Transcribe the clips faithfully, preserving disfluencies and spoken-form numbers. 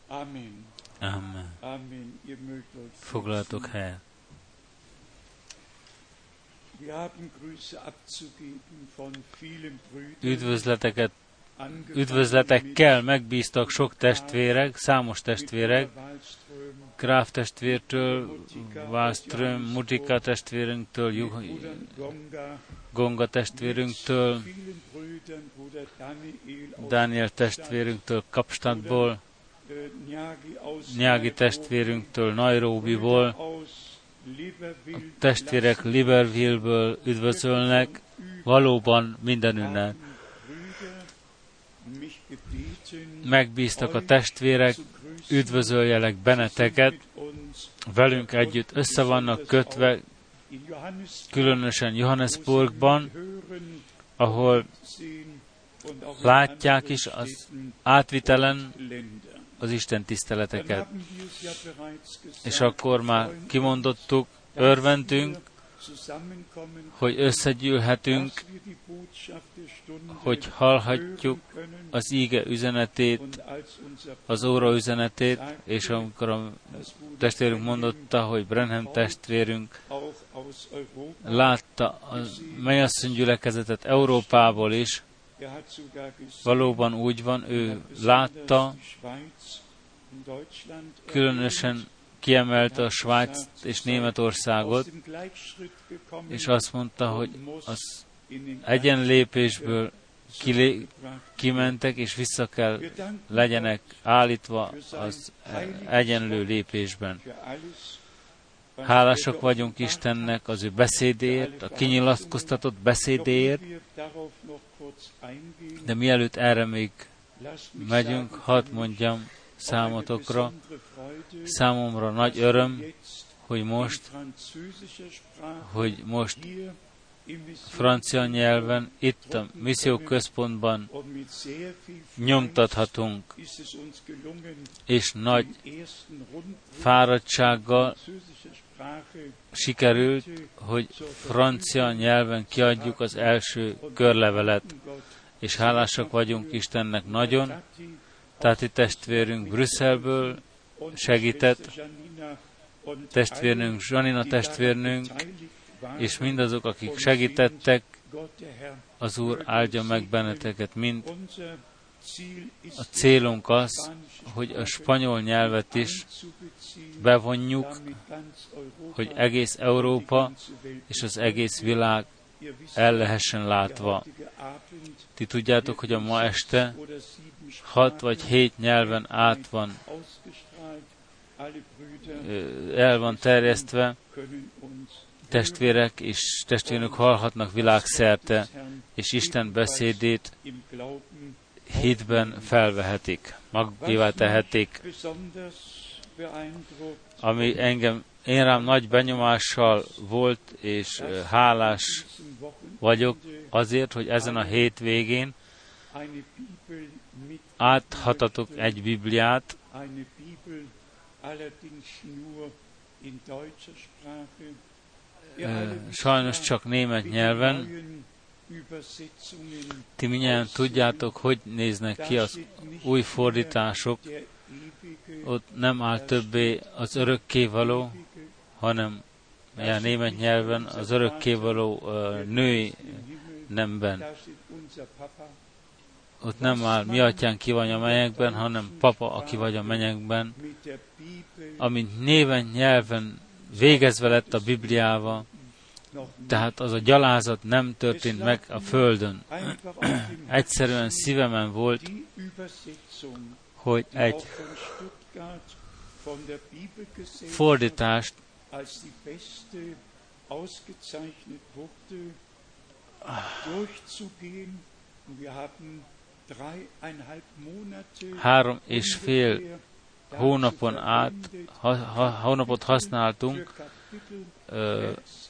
Amen. Amen. Amen. Ihr mögt euch Foglaltok helyet. Wir haben Grüße abzugeben von vielen Brüdern. Üdvözleteket, üdvözletekkel megbíztak sok testvérek, számos testvérek, Graf testvértől, Wallström, Mutika testvérünktől, Juh- Gonga testvérünktől, Daniel testvérünktől, Kapstadtból, Nyági testvérünktől, Nairobiból, a testvérek Libreville-ből üdvözölnek, valóban mindenünnen. Megbíztak a testvérek, üdvözöljelek benneteket, velünk együtt össze vannak kötve, különösen Johannesburgban, ahol látják is az átvitelen az Isten tiszteleteket. És akkor már kimondottuk, örvendünk, hogy összegyűlhetünk, hogy hallhatjuk az íge üzenetét, az óra üzenetét, és amikor a testvérünk mondotta, hogy Branham testvérünk látta a mennyasszony gyülekezetet Európából is, valóban úgy van, ő látta, különösen kiemelte a Svájc és Németországot, és azt mondta, hogy az egyenlépésből kilé, kimentek, és vissza kell legyenek állítva az egyenlő lépésben. Hálásak vagyunk Istennek az ő beszédéért, a kinyilatkoztatott beszédéért, de mielőtt erre még megyünk, hadd mondjam számotokra, számomra nagy öröm, hogy most, hogy most francia nyelven, itt a misszióközpontban nyomtathatunk, és nagy fáradtsággal sikerült, hogy francia nyelven kiadjuk az első körlevelet, és hálásak vagyunk Istennek nagyon. Táti testvérünk Brüsszelből segített, testvérnünk, Zsanina testvérnünk, és mindazok, akik segítettek, az Úr áldja meg benneteket mind. A célunk az, hogy a spanyol nyelvet is bevonjuk, hogy egész Európa és az egész világ el lehessen látva. Ti tudjátok, hogy a ma este hat vagy hét nyelven át van, el van terjesztve, testvérek és testvérnök hallhatnak világszerte, és Isten beszédét hitben felvehetik, magukévá tehetik. Ami engem, én rám nagy benyomással volt, és hálás vagyok azért, hogy ezen a hétvégén átadhatok egy Bibliát, sajnos csak német nyelven. Ti mindjárt tudjátok, hogy néznek ki az új fordítások. Ott nem áll többé az örökkévaló, hanem ilyen német nyelven az örökkévaló uh, női nemben. Ott nem áll mi atyánk ki vagy a mennyekben, hanem papa, aki vagy a mennyekben. Amint néven nyelven végezve lett a Bibliával, tehát az a gyalázat nem történt meg a földön. Egyszerűen szívemen volt, hogy egy fordítást három és fél hónapon át, ha, ha, hónapot használtunk, ö,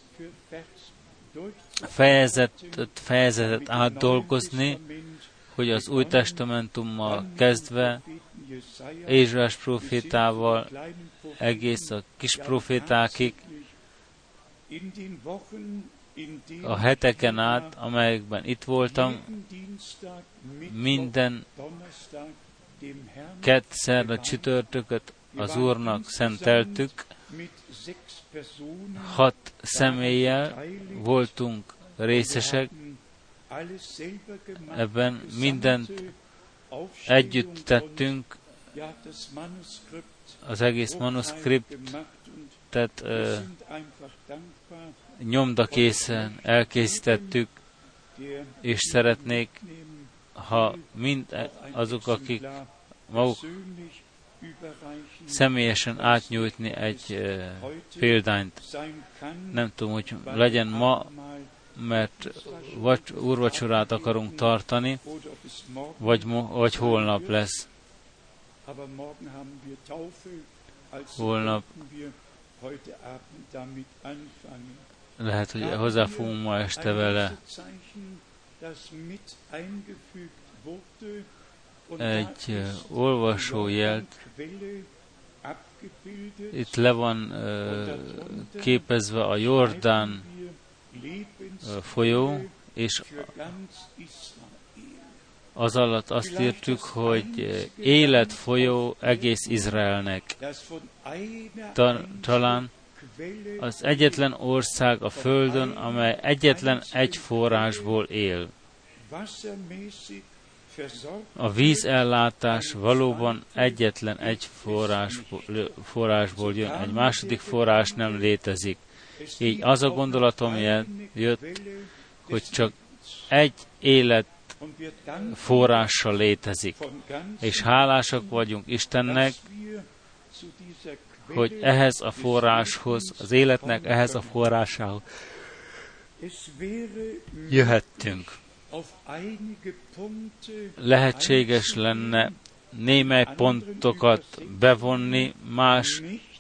fejezetet, fejezetet átdolgozni, hogy az Új Testamentummal kezdve, Ézsaiás profétával, egész a kis profétákig, a heteken át, amelyekben itt voltam, minden kedd, szerda, csütörtököt az Úrnak szenteltük. Hat személlyel voltunk részesek, ebben mindent együtt tettünk, az egész manuszkriptet uh, nyomdakészen elkészítettük, és szeretnék, ha mind azok, akik maguk személyesen átnyújtni egy uh, példányt. Nem tudom, hogy legyen ma, mert vagy úrvacsorát akarunk tartani, vagy, mo- vagy holnap lesz. Holnap lehet, hogy hozzá fogunk ma este vele. Egy uh, olvasójelt itt le van uh, képezve a Jordán uh, folyó, és az alatt azt írtuk, hogy életfolyó egész Izraelnek. Ta, talán az egyetlen ország a Földön, amely egyetlen egy forrásból él. A vízellátás valóban egyetlen egy forrásból, forrásból jön, egy második forrás nem létezik. Így az a gondolatom jött, hogy csak egy élet forrással létezik. És hálásak vagyunk Istennek, hogy ehhez a forráshoz, az életnek ehhez a forrásához jöhettünk. Lehetséges lenne némely pontokat bevonni, más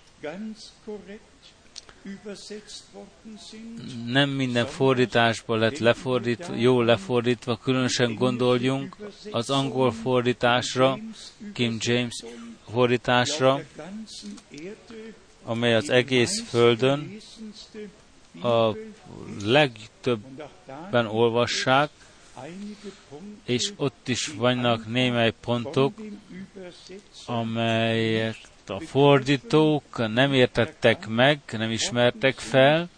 nem minden fordításból lett lefordítva, jól lefordítva, különösen gondoljunk az angol fordításra, King James fordításra, amely az egész Földön a legtöbben olvassák, és ott is vannak némely pontok, amelyek a fordítók nem értettek meg, nem ismertek fel.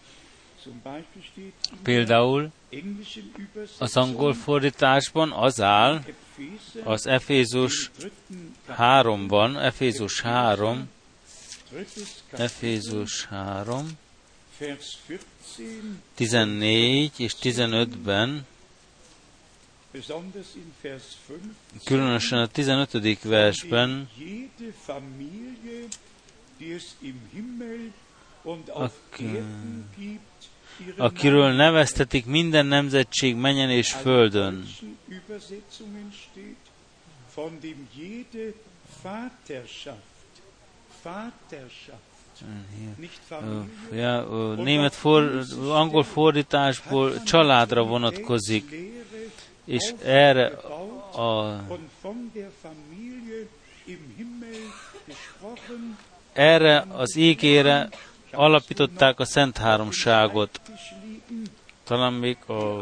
Például az angol fordításban az áll, az Efézus háromban, Efézus három, Efézus három, tizennégy és tizenötben, különösen a tizenötödik versben, Ak- akiről neveztetik minden nemzetség menjen és földön. Ja, német for, angol fordításból családra vonatkozik, és erre a erre az ígére alapították a Szent Háromságot. Talán még a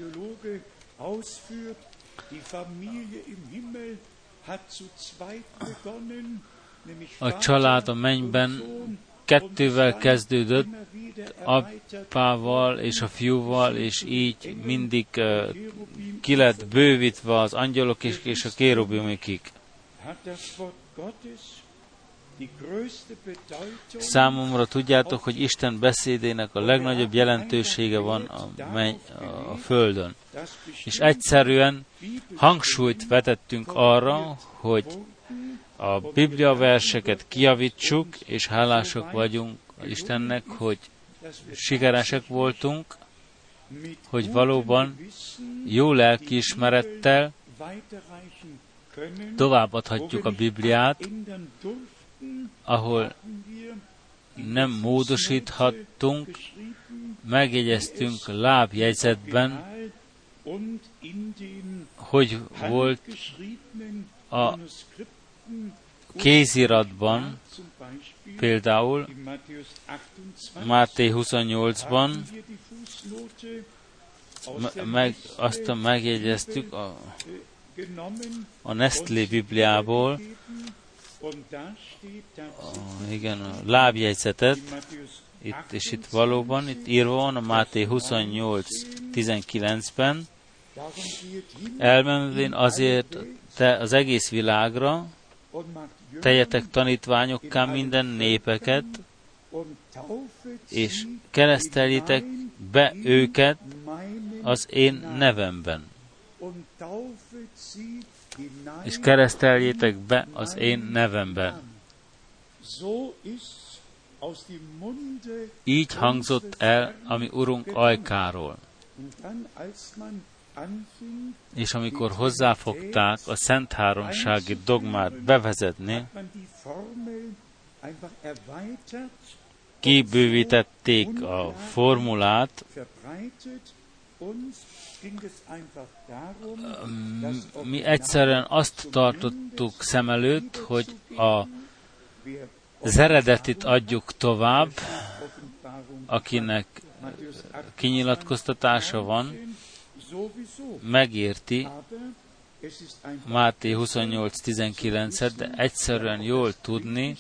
a család a mennyben kettővel kezdődött, apával és a fiúval, és így mindig uh, ki lett bővítve az angyalok és, és a kérubimikig. Számomra tudjátok, hogy Isten beszédének a legnagyobb jelentősége van a, menny, a Földön. És egyszerűen hangsúlyt vetettünk arra, hogy a Biblia verseket kijavítsuk, és hálásak vagyunk Istennek, hogy sikeresek voltunk, hogy valóban jó lelkiismerettel továbbadhatjuk a Bibliát, ahol nem módosíthattunk, megjegyeztünk lábjegyzetben, hogy volt a kéziratban, például Máté huszonnyolcban, meg, azt megjegyeztük, a, a Nestlé Bibliából, a, igen, a lábjegyzetet, itt, és itt valóban, itt írva van a Máté huszonnyolc tizenkilencben, elmenvén azért te az egész világra, tegyetek tanítványokká minden népeket, és kereszteljétek be őket az én nevemben. És kereszteljétek be az én nevemben. Így hangzott el a mi Urunk ajkáról. És amikor hozzáfogták a Szent Háromsági dogmát bevezetni, kibővítették a formulát, mi egyszerűen azt tartottuk szem előtt, hogy a az eredetit adjuk tovább, akinek kinyilatkoztatása van, megérti Máté huszonnyolc tizenkilencet, de egyszerűen jól tudni,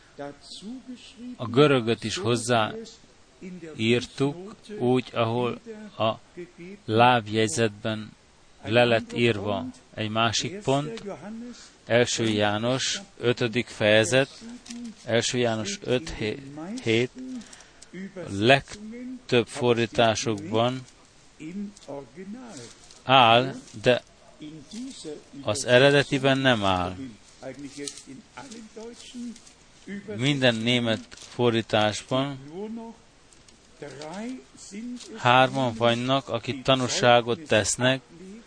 a görögöt is hozzáírtuk, úgy, ahol a lábjegyzetben le lett írva. Egy másik pont, első János ötödik fejezet, első János öt hét, legtöbb fordításokban áll, de az eredetiben nem áll. Minden német fordításban hárman vannak, akik tanúságot tesznek,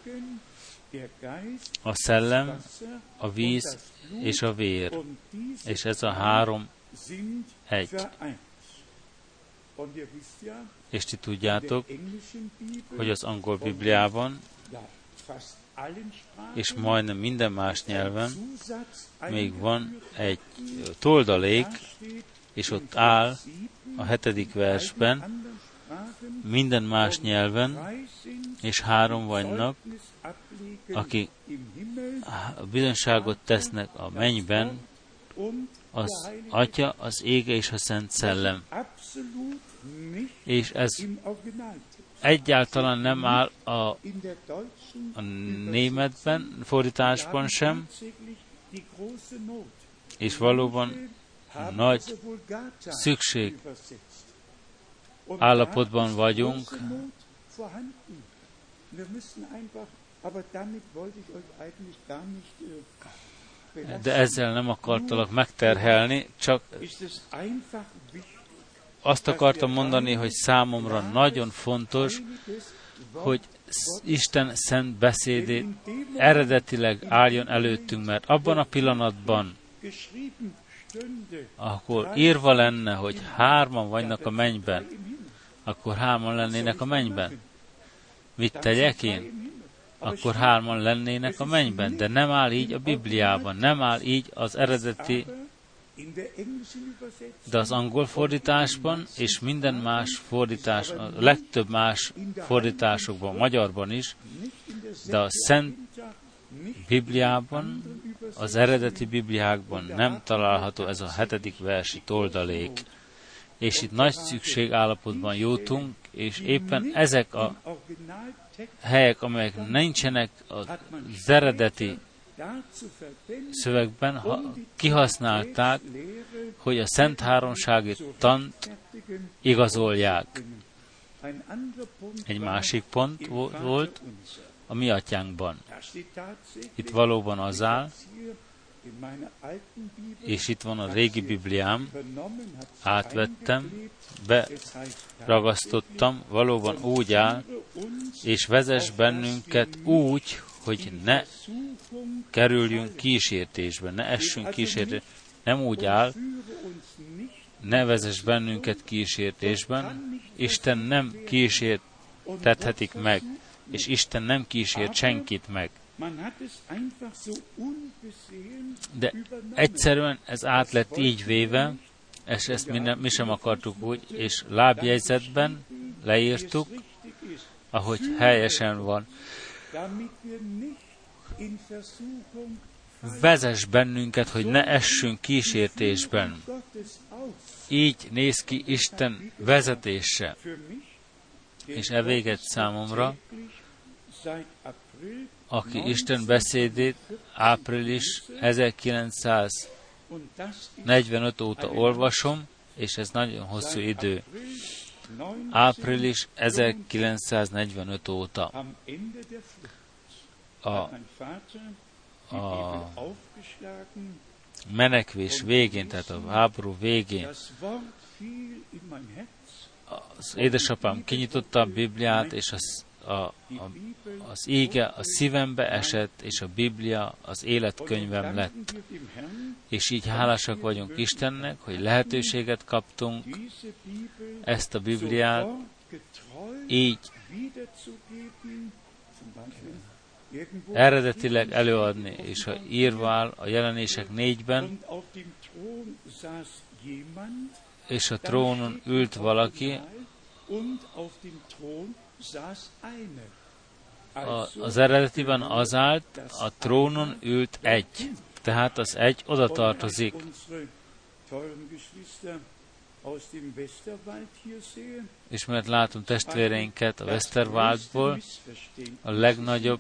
a szellem, a víz és a vér. És ez a három egy. És ti tudjátok, hogy az angol Bibliában és majdnem minden más nyelven még van egy toldalék, és ott áll a hetedik versben, minden más nyelven, és három vannak, akik bizonyságot tesznek a mennyben, az Atya, az Ége és a Szent Szellem. És ez egyáltalán nem áll a, a németben, fordításban sem, és valóban nagy szükség állapotban vagyunk, de ezzel nem akartalak megterhelni, csak azt akartam mondani, hogy számomra nagyon fontos, hogy Isten szent beszédét eredetileg álljon előttünk, mert abban a pillanatban, akkor írva lenne, hogy hárman vannak a mennyben, akkor hárman lennének a mennyben. Mit tegyek én? Akkor hárman lennének a mennyben, de nem áll így a Bibliában, nem áll így az eredeti, de az angol fordításban és minden más fordítás, a legtöbb más fordításokban, magyarban is, de a Szent Bibliában, az eredeti Bibliákban nem található ez a hetedik versi toldalék. És itt nagy szükség állapotban jutunk, és éppen ezek a helyek, amelyek nincsenek az eredeti szövegben, ha kihasználták, hogy a Szent Háromsági tant igazolják. Egy másik pont volt a mi atyánkban. Itt valóban az áll, és itt van a régi Bibliám, átvettem, beragasztottam, valóban úgy áll, és vezess bennünket úgy, hogy ne kerüljünk kísértésbe, ne essünk kísértésbe. Nem úgy áll, ne vezess bennünket kísértésben, Isten nem kísértethetik meg, és Isten nem kísért senkit meg. De egyszerűen ez át lett így véve, és ezt mi, ne, mi sem akartuk úgy, és lábjegyzetben leírtuk, ahogy helyesen van. vezess bennünket, hogy ne essünk kísértésben. Így néz ki Isten vezetése. És e véget számomra, aki Isten beszédét április ezerkilencszáznegyvenöt óta olvasom, és ez nagyon hosszú idő. Április ezerkilencszáznegyvenöt óta. A, a menekvés végén, tehát a háború végén az édesapám kinyitotta a Bibliát, és az, a, a, az íge a szívembe esett, és a Biblia az életkönyvem lett. És így hálásak vagyunk Istennek, hogy lehetőséget kaptunk ezt a Bibliát így eredetileg előadni, és ha írva áll a Jelenések négyben, és a trónon ült valaki, a, az eredetiben az állt, a trónon ült egy. Tehát az egy oda tartozik. És mert látom testvéreinket a Westerwaldból, a legnagyobb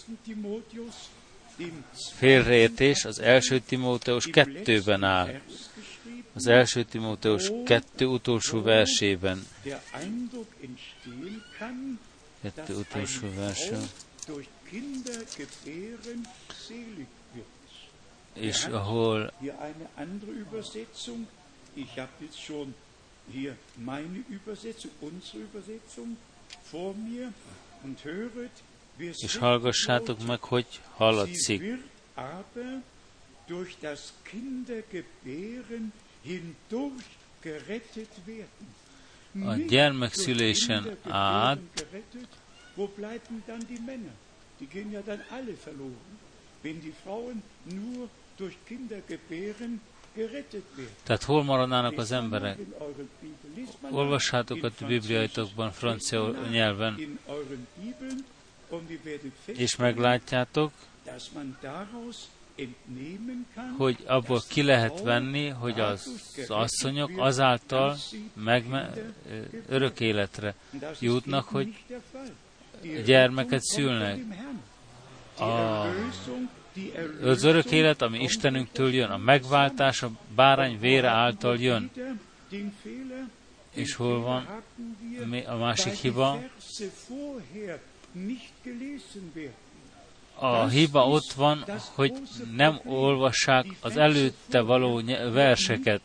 félreértés az első Timóteus kettőben áll. Az első Timóteus kettő utolsó versében. Kettő utolsó versében. És ahol ich habe jetzt schon hier meine Übersetzung, unsere Übersetzung vor mir und höret, és hallgassátok meg, hogy hallatszik. Aber durch das Kindergebären hindurch gerettet werden. A gyermekszülésen át, wo bleiben dann die Männer? Die gehen ja dann alle verloren. Wenn die Frauen nur durch Kindergebären gerettet werden. Tehát hol maradnának az emberek? Olvassátok a bibliaitokban francia nyelven, és meglátjátok, hogy abból ki lehet venni, hogy az asszonyok azáltal megme- örök életre jutnak, hogy gyermeket szülnek. A, az örök élet, ami Istenünktől jön, a megváltás a bárány vére által jön. És hol van a másik hiba? A hiba ott van, hogy nem olvassák az előtte való verseket,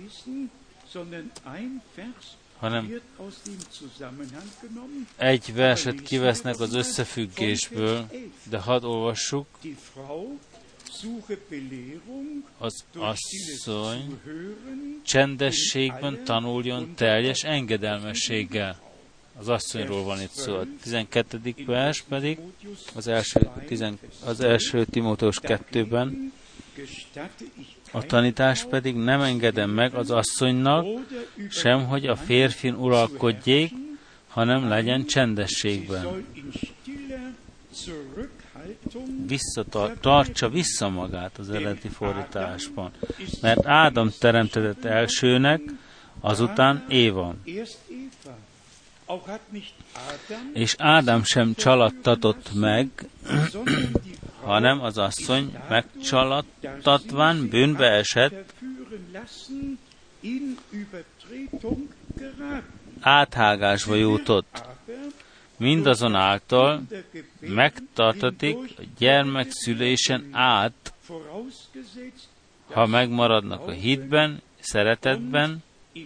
hanem egy verset kivesznek az összefüggésből, de hadd olvassuk. Az asszony csendességben tanuljon teljes engedelmességgel. Az asszonyról van itt szó. A tizenkettedik vers pedig az első, tizen, az első Timóteus kettőben. A tanítás pedig nem engedem meg az asszonynak, sem, hogy a férfin uralkodjék, hanem legyen csendességben. Visszatar, tartsa vissza magát az eredeti fordításban. Mert Ádám teremtett elsőnek, azután Éva. És Ádám sem csaladtatott meg, hanem az asszony megcsaladtatván bűnbe esett, áthágásba jutott. Mindazonáltal megtartatik a gyermekszülésen át, ha megmaradnak a hitben, szeretetben,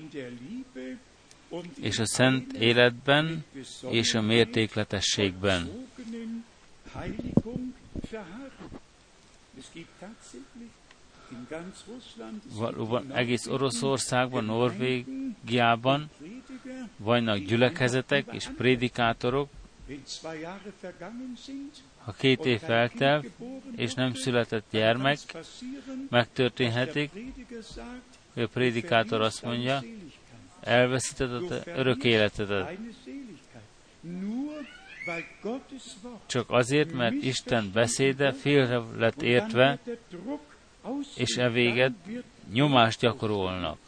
és a szent életben, és a mértékletességben. Valóban egész Oroszországban, Norvégiában vannak gyülekezetek és prédikátorok. Ha két év eltelt, és nem született gyermek, megtörténhetik, hogy a prédikátor azt mondja, elveszíted az örök életedet. Csak azért, mert Isten beszéde félre lett értve, és e véget nyomást gyakorolnak.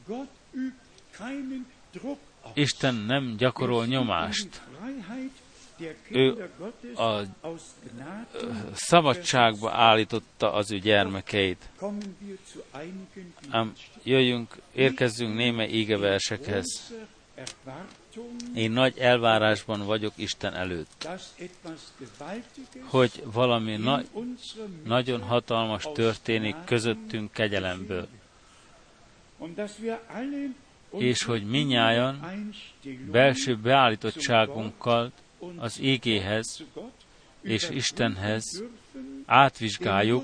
Isten nem gyakorol nyomást. Ő a szabadságba állította az ő gyermekeit. Ám jöjjünk, érkezzünk némely ígeversekhez. Én nagy elvárásban vagyok Isten előtt, hogy valami na- nagyon hatalmas történik közöttünk kegyelemből, és hogy minnyájan belső beállítottságunkkal az igéhez és Istenhez átvizsgáljuk,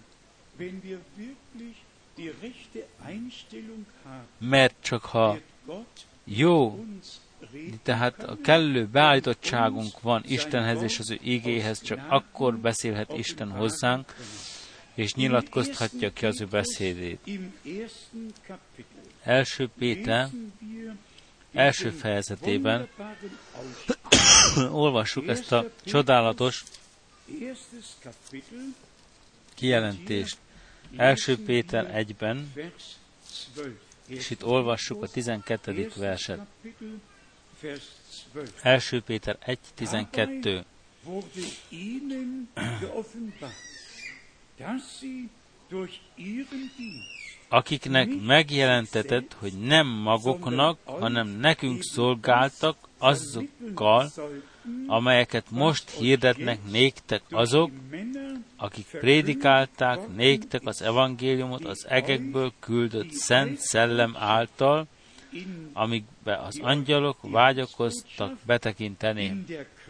mert csak ha jó, tehát a kellő beállítottságunk van Istenhez és az ő igéhez, csak akkor beszélhet Isten hozzánk, és nyilatkozhatja ki az ő beszédét. Első Péter első fejezetében olvassuk ezt a csodálatos kijelentést. első Péter egyben, és itt olvassuk a tizenkettedik verset. első Péter egy tizenkettő. Akiknek megjelentetett, hogy nem maguknak, hanem nekünk szolgáltak azokkal, amelyeket most hirdetnek néktek azok, akik prédikálták néktek az evangéliumot az egekből küldött Szent Szellem által, amikbe az angyalok vágyakoztak betekinteni.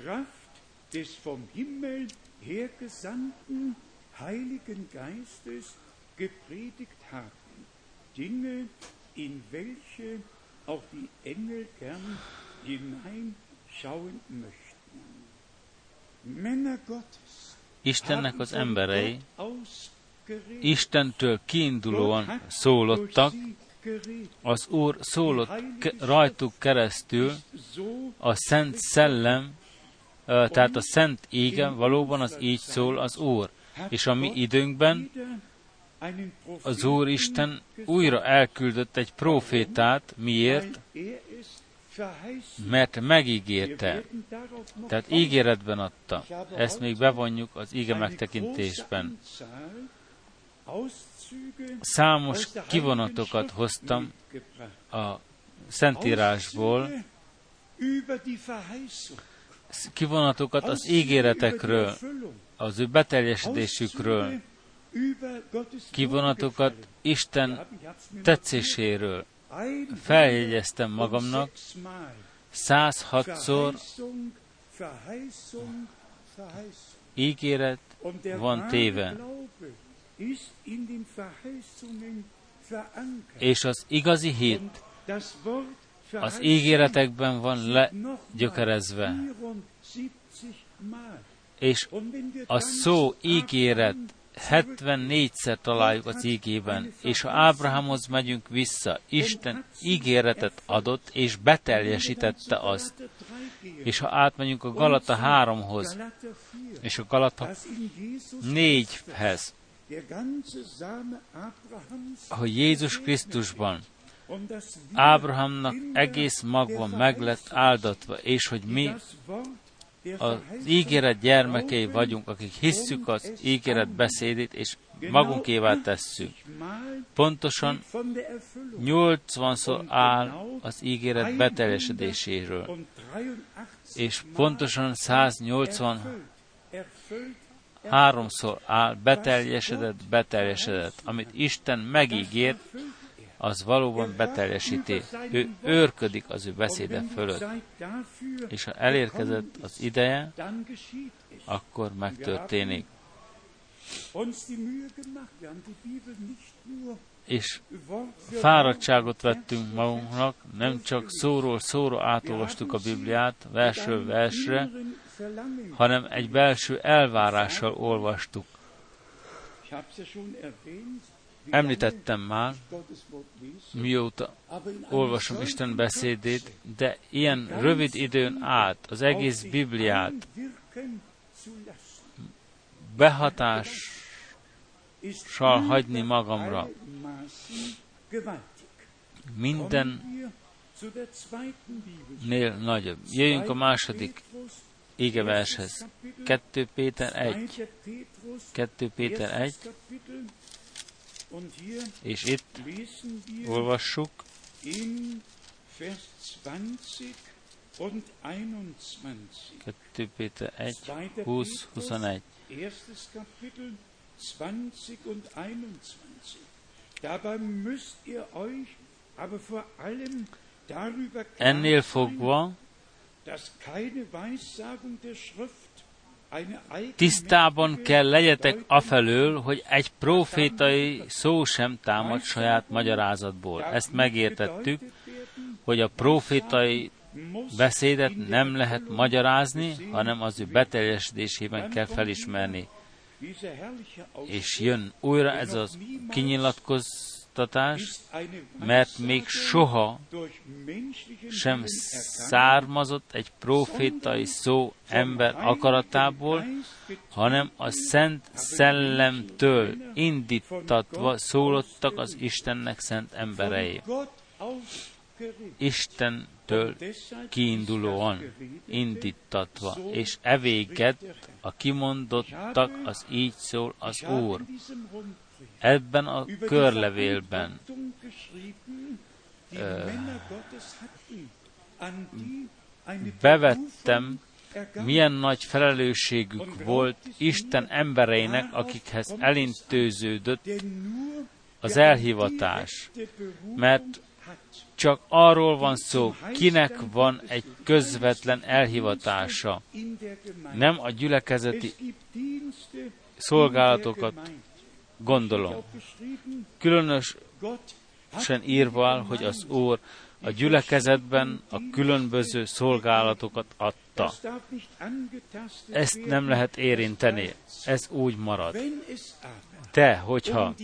Dinge, in welche auch die Engel gern hineinschauen möchten. Männer Gottes, Istennek az emberei Istentől kiindulóan szólottak, az Úr szólott ke- rajtuk keresztül, a Szent Szellem, tehát a Szent Ége, valóban az így szól az Úr. És a mi időnkben az Úristen újra elküldött egy prófétát. Miért? Mert megígérte. Tehát ígéretben adta. Ezt még bevonjuk az íge megtekintésben. Számos kivonatokat hoztam a Szentírásból, kivonatokat az ígéretekről, az ő beteljesedésükről, kivonatokat Isten tetszéséről. Feljegyeztem magamnak, százhatszor ígéret van téve. És az igazi hit az ígéretekben van legyökerezve. És a szó ígéret hetvennégyszer találjuk az ígében, és ha Ábrahámhoz megyünk vissza, Isten ígéretet adott, és beteljesítette azt. És ha átmegyünk a Galata háromhoz, és a Galata négyhez, hogy Jézus Krisztusban Ábrahámnak egész magva meg lett áldatva, és hogy mi az ígéret gyermekei vagyunk, akik hisszük az ígéret beszédét, és magunkévá tesszük. Pontosan nyolcvanszor áll az ígéret beteljesedéséről, és pontosan száznyolcvanháromszor áll beteljesedett, beteljesedett. Amit Isten megígért, az valóban beteljesíti. Ő őrködik az ő beszéde fölött. És ha elérkezett az ideje, akkor megtörténik. És fáradtságot vettünk magunknak, nem csak szóról szóra átolvastuk a Bibliát, versről versre, hanem egy belső elvárással olvastuk. Említettem már, mióta olvasom Isten beszédét, de ilyen rövid időn át az egész Bibliát behatással hagyni magamra. Mindennél nagyobb. Jöjjünk a második égevershez. kettő Péter egy. kettő Péter egy. És itt olvassuk kettő Péter egy, húsz, huszonegy. Ennél fogva tisztában kell legyetek afelől, hogy egy prófétai szó sem támad saját magyarázatból. Ezt megértettük, hogy a prófétai beszédet nem lehet magyarázni, hanem az ő beteljesedésében kell felismerni. És jön újra ez a kinyilatkoztatás, mert még soha sem származott egy prófétai szó ember akaratából, hanem a Szent Szellemtől indítatva szólottak az Istennek szent emberei. Istentől kiindulóan indítatva, és evéget a kimondottak, az így szól az Úr. Ebben a körlevélben ö, bevettem, milyen nagy felelősségük volt Isten embereinek, akikhez elintéződött az elhivatás. Mert csak arról van szó, kinek van egy közvetlen elhivatása. Nem a gyülekezeti szolgálatokat gondolom. Különösen írva, hogy az Úr a gyülekezetben a különböző szolgálatokat adta. Ezt nem lehet érinteni. Ez úgy marad. De, hogyha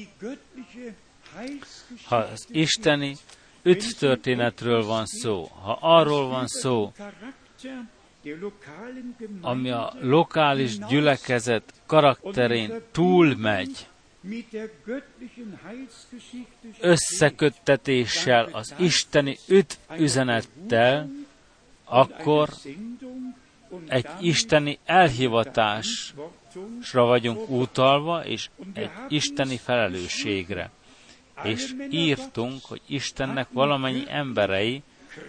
ha az isteni üdvtörténetről van szó, ha arról van szó, ami a lokális gyülekezet karakterén túlmegy, összeköttetéssel, az isteni üdvüzenettel, akkor egy isteni elhivatásra vagyunk utalva, és egy isteni felelősségre. És írtunk, hogy Istennek valamennyi emberei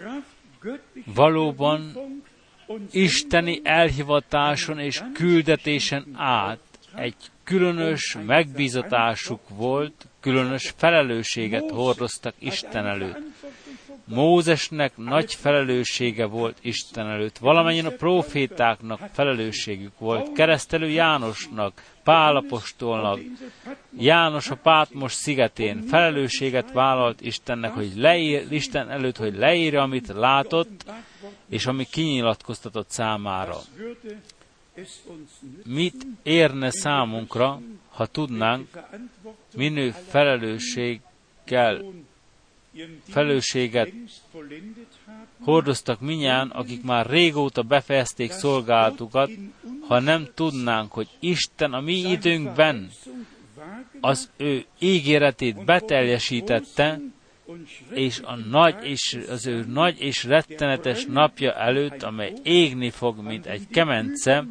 valóban isteni elhivatáson és küldetésen át egy különös megbízatásuk volt, különös felelősséget hordoztak Isten előtt. Mózesnek nagy felelőssége volt Isten előtt, valamennyien a prófétáknak felelősségük volt, Keresztelő Jánosnak, Pál apostolnak, János a Pátmos szigetén felelősséget vállalt Istennek, hogy leír, Isten előtt, hogy leírja, amit látott, és ami kinyilatkoztatott számára. Mit érne számunkra, ha tudnánk, minő felelősséggel, felelősséget hordoztak minnyáján, akik már régóta befejezték szolgálatukat, ha nem tudnánk, hogy Isten a mi időnkben az ő ígéretét beteljesítette, és a nagy és, az ő nagy és rettenetes napja előtt, amely égni fog, mint egy kemence,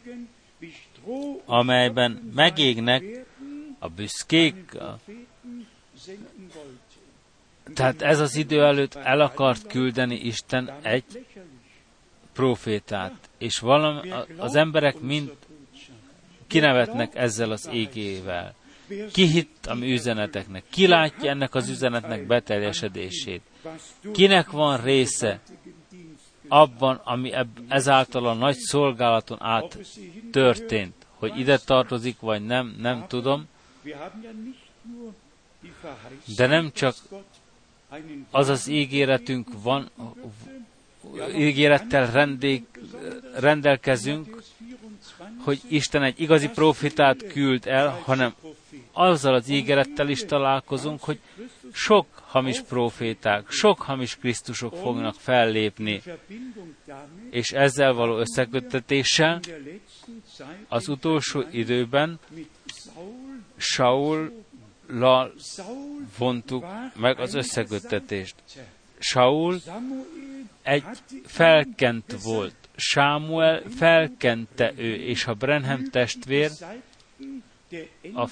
amelyben megégnek a büszkék. A... Tehát ez az idő előtt el akart küldeni Isten egy prófétát, és valami, az emberek mind kinevetnek ezzel az égével. Ki hitt a mi üzeneteknek? Ki látja ennek az üzenetnek beteljesedését? Kinek van része abban, ami ezáltal a nagy szolgálaton át történt? Hogy ide tartozik, vagy nem, nem tudom. De nem csak az az ígéretünk van, ígérettel rendé, rendelkezünk, hogy Isten egy igazi profitát küld el, hanem azzal az ígérettel is találkozunk, hogy sok hamis próféták, sok hamis Krisztusok fognak fellépni, és ezzel való összeköttetéssel az utolsó időben Saullal vontuk meg az összeköttetést. Saul egy felkent volt. Sámuel felkente ő, és ha Branham testvér a,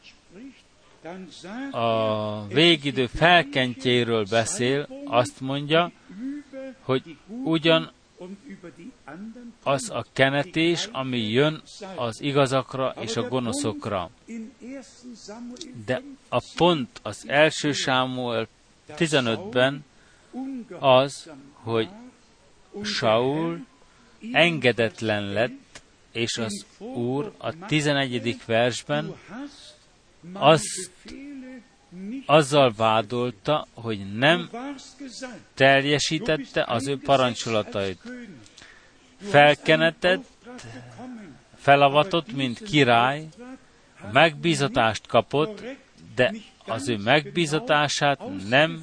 a végidő felkentjéről beszél, azt mondja, hogy ugyan az a kenetés, ami jön az igazakra és a gonoszokra. De a pont az első Sámuel tizenötben az, hogy Saul engedetlen lett, és az Úr a tizenegyedik versben azt azzal vádolta, hogy nem teljesítette az ő parancsolatait. Felkenetett, felavatott, mint király, megbízatást kapott, de az ő megbízatását nem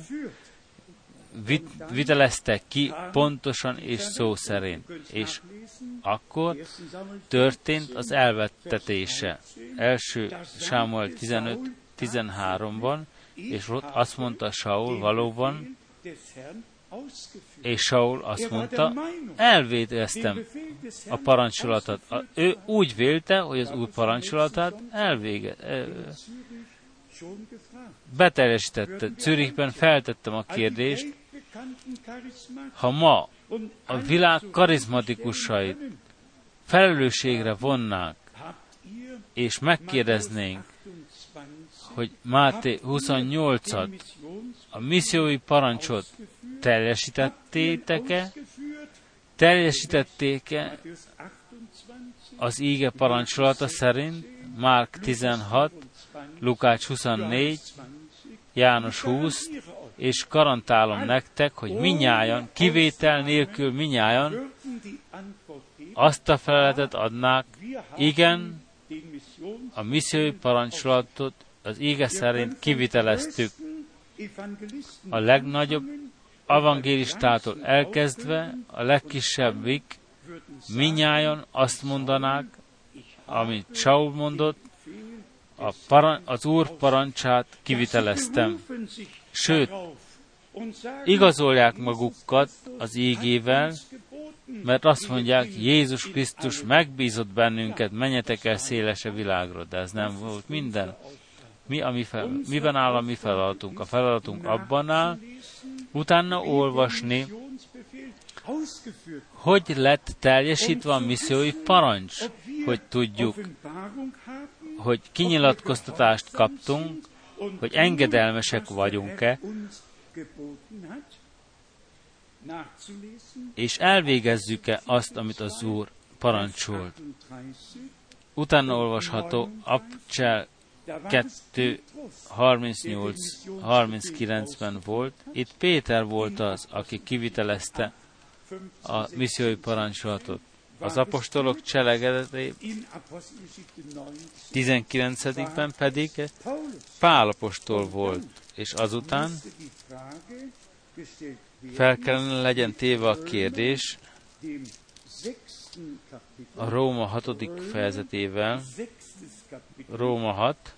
vitelezte ki pontosan és szó szerint. És akkor történt az elvettetése. Első Sámuel tizenöt tizenháromban, és ott azt mondta Saul valóban, és Saul azt mondta, elvégeztem a parancsolatot. A, ő úgy vélte, hogy az új parancsolatát elvége, beteljesítette. Zürichben feltettem a kérdést, ha ma a világ karizmatikusait felelősségre vonnák, és megkérdeznénk, hogy Máté huszonnyolcat, a missziói parancsot teljesítettétek-e, teljesítették-e az íge parancsolata szerint, Márk tizenhat, Lukács huszonnégy, János húsz, és garantálom nektek, hogy minnyájan, kivétel nélkül minnyájan azt a feleletet adnák, igen, a missziói parancsolatot az íge szerint kiviteleztük. A legnagyobb evangélistától elkezdve a legkisebbik minnyájan azt mondanák, amit Saul mondott, a paran- az Úr parancsát kiviteleztem. Sőt, igazolják magukat az ígével, mert azt mondják, Jézus Krisztus megbízott bennünket, menjetek el szélese világra, de ez nem volt minden. Mi a mi fel, miben áll a mi feladatunk? A feladatunk abban áll, utána olvasni, hogy lett teljesítve a missziói parancs, hogy tudjuk, hogy kinyilatkoztatást kaptunk, hogy engedelmesek vagyunk-e, és elvégezzük-e azt, amit az Úr parancsolt. Utána olvasható Abcsel kettő harmincnyolc harminckilencben volt. Itt Péter volt az, aki kivitelezte a missziói parancsolatot. Az apostolok cselekedetében tizenkilencedikben pedig Pál apostol volt, és azután fel kellene legyen téve a kérdés a Róma hatodik fejezetével, Róma hat,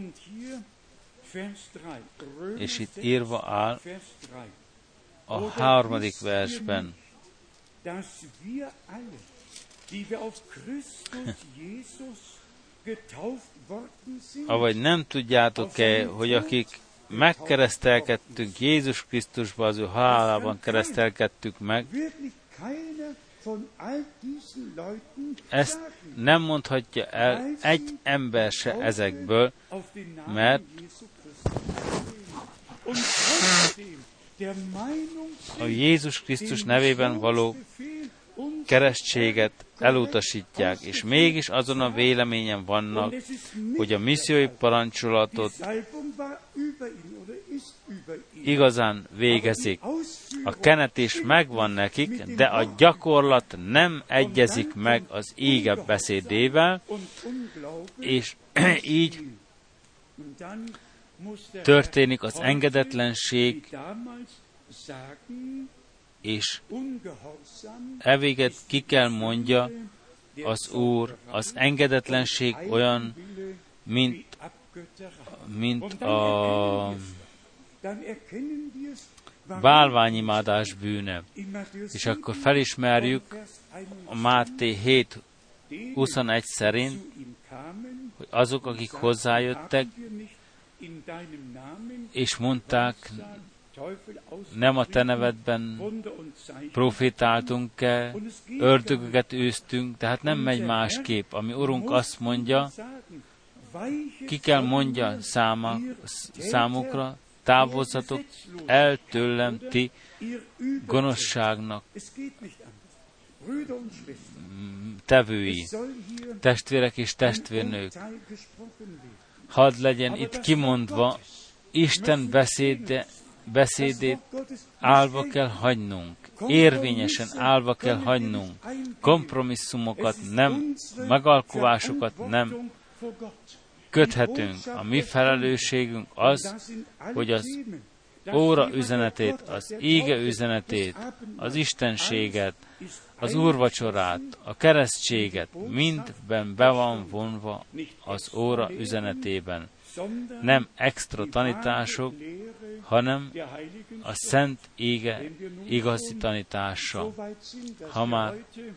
és itt írva áll a harmadik versben, avagy nem tudjátok-e, hogy akik megkeresztelkedtünk Jézus Krisztusba, az ő halálában keresztelkedtük meg, ezt nem mondhatja el egy ember se ezekből, mert a Jézus Krisztus nevében való keresztséget elutasítják, és mégis azon a véleményen vannak, hogy a missziói parancsolatot igazán végezik. A kenetés megvan nekik, de a gyakorlat nem egyezik meg az ége beszédével, és így történik az engedetlenség, és evéget ki kell mondja az Úr, az engedetlenség olyan, mint, mint a bálványimádás bűne. És akkor felismerjük a Máté hét huszonegy szerint, hogy azok, akik hozzájöttek, és mondták, nem a te nevedben profétáltunk-e, ördögöket űztünk, tehát nem megy másképp. Ami Urunk azt mondja, ki kell mondja száma, számukra, távozzatok el tőlem ti gonoszságnak tevői, testvérek és testvérnők. Hadd legyen itt kimondva, Isten beszéde, beszédét állva kell hagynunk, érvényesen állva kell hagynunk, kompromisszumokat nem, megalkuvásokat nem köthetünk. A mi felelősségünk az, hogy az óra üzenetét, az íge üzenetét, az istenséget, az úrvacsorát, a keresztséget mindben be van vonva az óra üzenetében. Nem extra tanítások, hanem a szent íge igazi tanítása. Ha már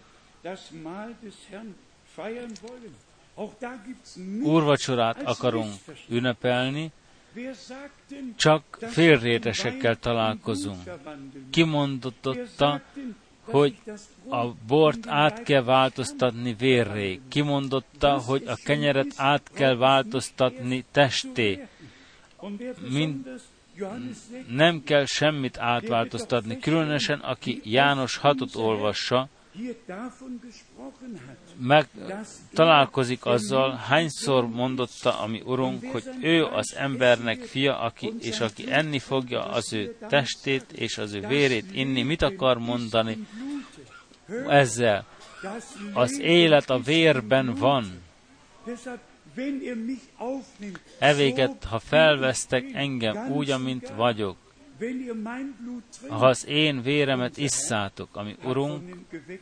úrvacsorát akarunk ünnepelni, csak félrétesekkel találkozunk. Kimondotta, hogy a bort át kell változtatni vérré. Kimondotta, hogy a kenyeret át kell változtatni testé. Mind nem kell semmit átváltoztatni. Különösen, aki János hatot olvassa, meg találkozik azzal, hányszor mondotta a mi Urunk, hogy ő az embernek fia, aki, és aki enni fogja az ő testét és az ő vérét inni. Mit akar mondani ezzel? Az élet a vérben van. Evéget, ha felvesztek engem úgy, amint vagyok, ha az én véremet isszátok, ami Urunk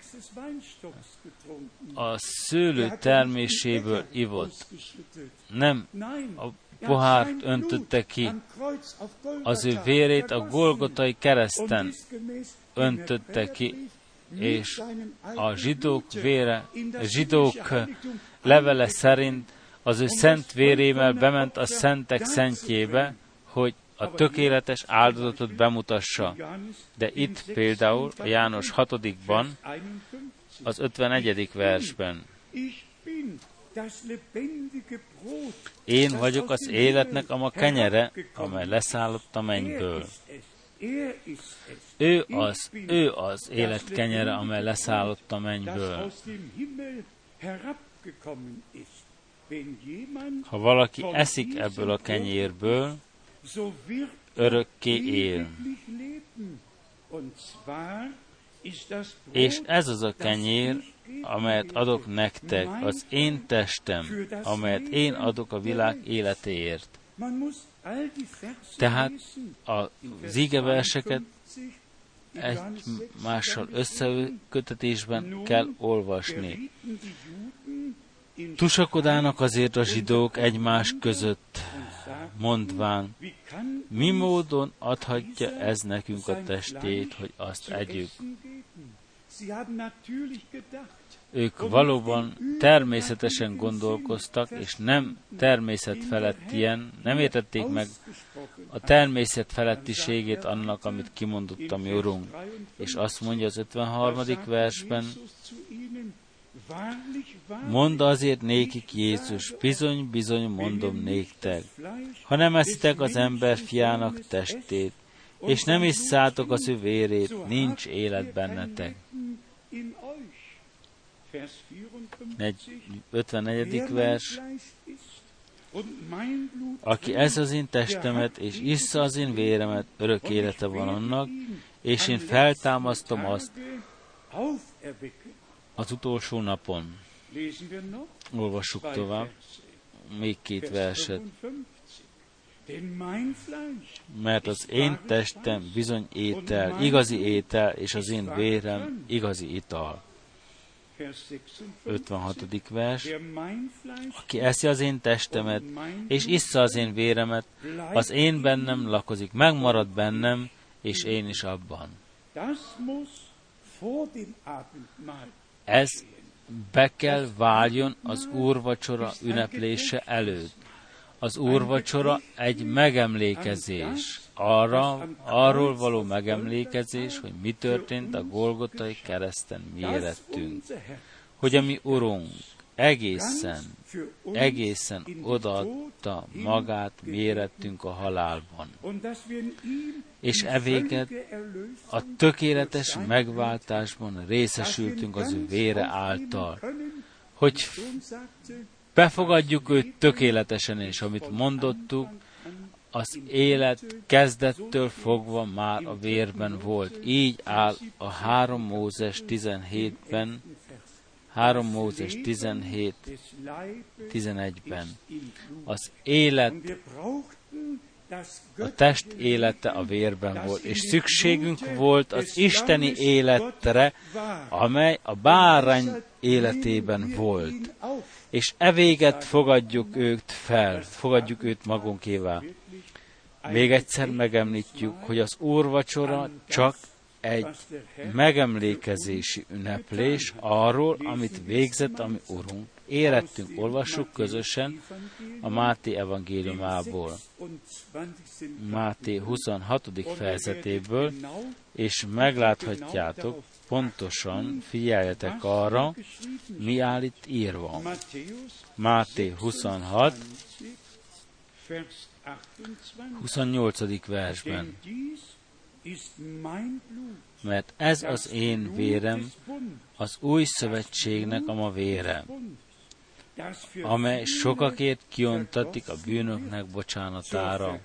a szőlő terméséből ivott, nem a pohárt öntötte ki, az ő vérét a Golgotai kereszten öntötte ki, és a zsidók vére, a zsidók levele szerint az ő szent vérével bement a szentek szentjébe, hogy a tökéletes áldozatot bemutassa. De itt például a János hatodikban, az ötvenegyedik versben. Én vagyok az életnek a ma kenyere, amely leszállott a mennyből. Ő az, ő az élet kenyere, amely leszállott a mennyből. Ha valaki eszik ebből a kenyérből, örökké él. És ez az a kenyér, amelyet adok nektek, az én testem, amelyet én adok a világ életéért. Tehát az ígeverseket egymással összekötetésben kell olvasni. Tusakodának azért a zsidók egymás között, mondván, mi módon adhatja ez nekünk a testét, hogy azt együk. Ők valóban természetesen gondolkoztak, és nem természet felettien, nem értették meg a természet felettiségét annak, amit kimondott a mi Urunk. És azt mondja az ötvenharmadik versben, mondd azért nékik Jézus, bizony, bizony mondom néktek, ha nem eszitek az ember fiának testét, és nem isszátok az ő vérét, nincs élet bennetek. ötvennegyedik vers. Aki ez az én testemet, és issza az én véremet, örök élete van annak, és én feltámasztom azt az utolsó napon. Olvassuk tovább, még két verset. mert az én testem bizony étel, igazi étel, és az én vérem igazi ital. ötvenhatodik vers. Aki eszi az én testemet, és issza az én véremet, az én bennem lakozik, megmarad bennem, és én is abban. Ez be kell váljon az úrvacsora ünneplése előtt. Az úrvacsora egy megemlékezés. Arra, arról való megemlékezés, hogy mi történt a Golgotai kereszten mi érettünk. Hogy a mi Urunk egészen, egészen odaadta magát mi érettünk a halálban. És evéget a tökéletes megváltásban részesültünk az ő vére által. Hogy befogadjuk őt tökéletesen, és amit mondottuk, az élet kezdettől fogva már a vérben volt. Így áll a három Mózes tizenhétben, három Mózes tizenhét tizenegyben. Az élet, a test élete a vérben volt, és szükségünk volt az isteni életre, amely a bárány életében volt. És evéget fogadjuk őt fel, fogadjuk őt magunkévá. Még egyszer megemlítjük, hogy az úrvacsora csak egy megemlékezési ünneplés arról, amit végzett a mi Urunk. Érettünk, olvassuk közösen a Máté evangéliumából, Máté huszonhatodik fejezetéből, és megláthatjátok, pontosan figyeljetek arra, mi áll itt írva. Máté huszonhat, huszonnyolcadik versben. Mert ez az én vérem, az új szövetségnek a ma vére, amely sokakért kiontatik a bűnöknek bocsánatára.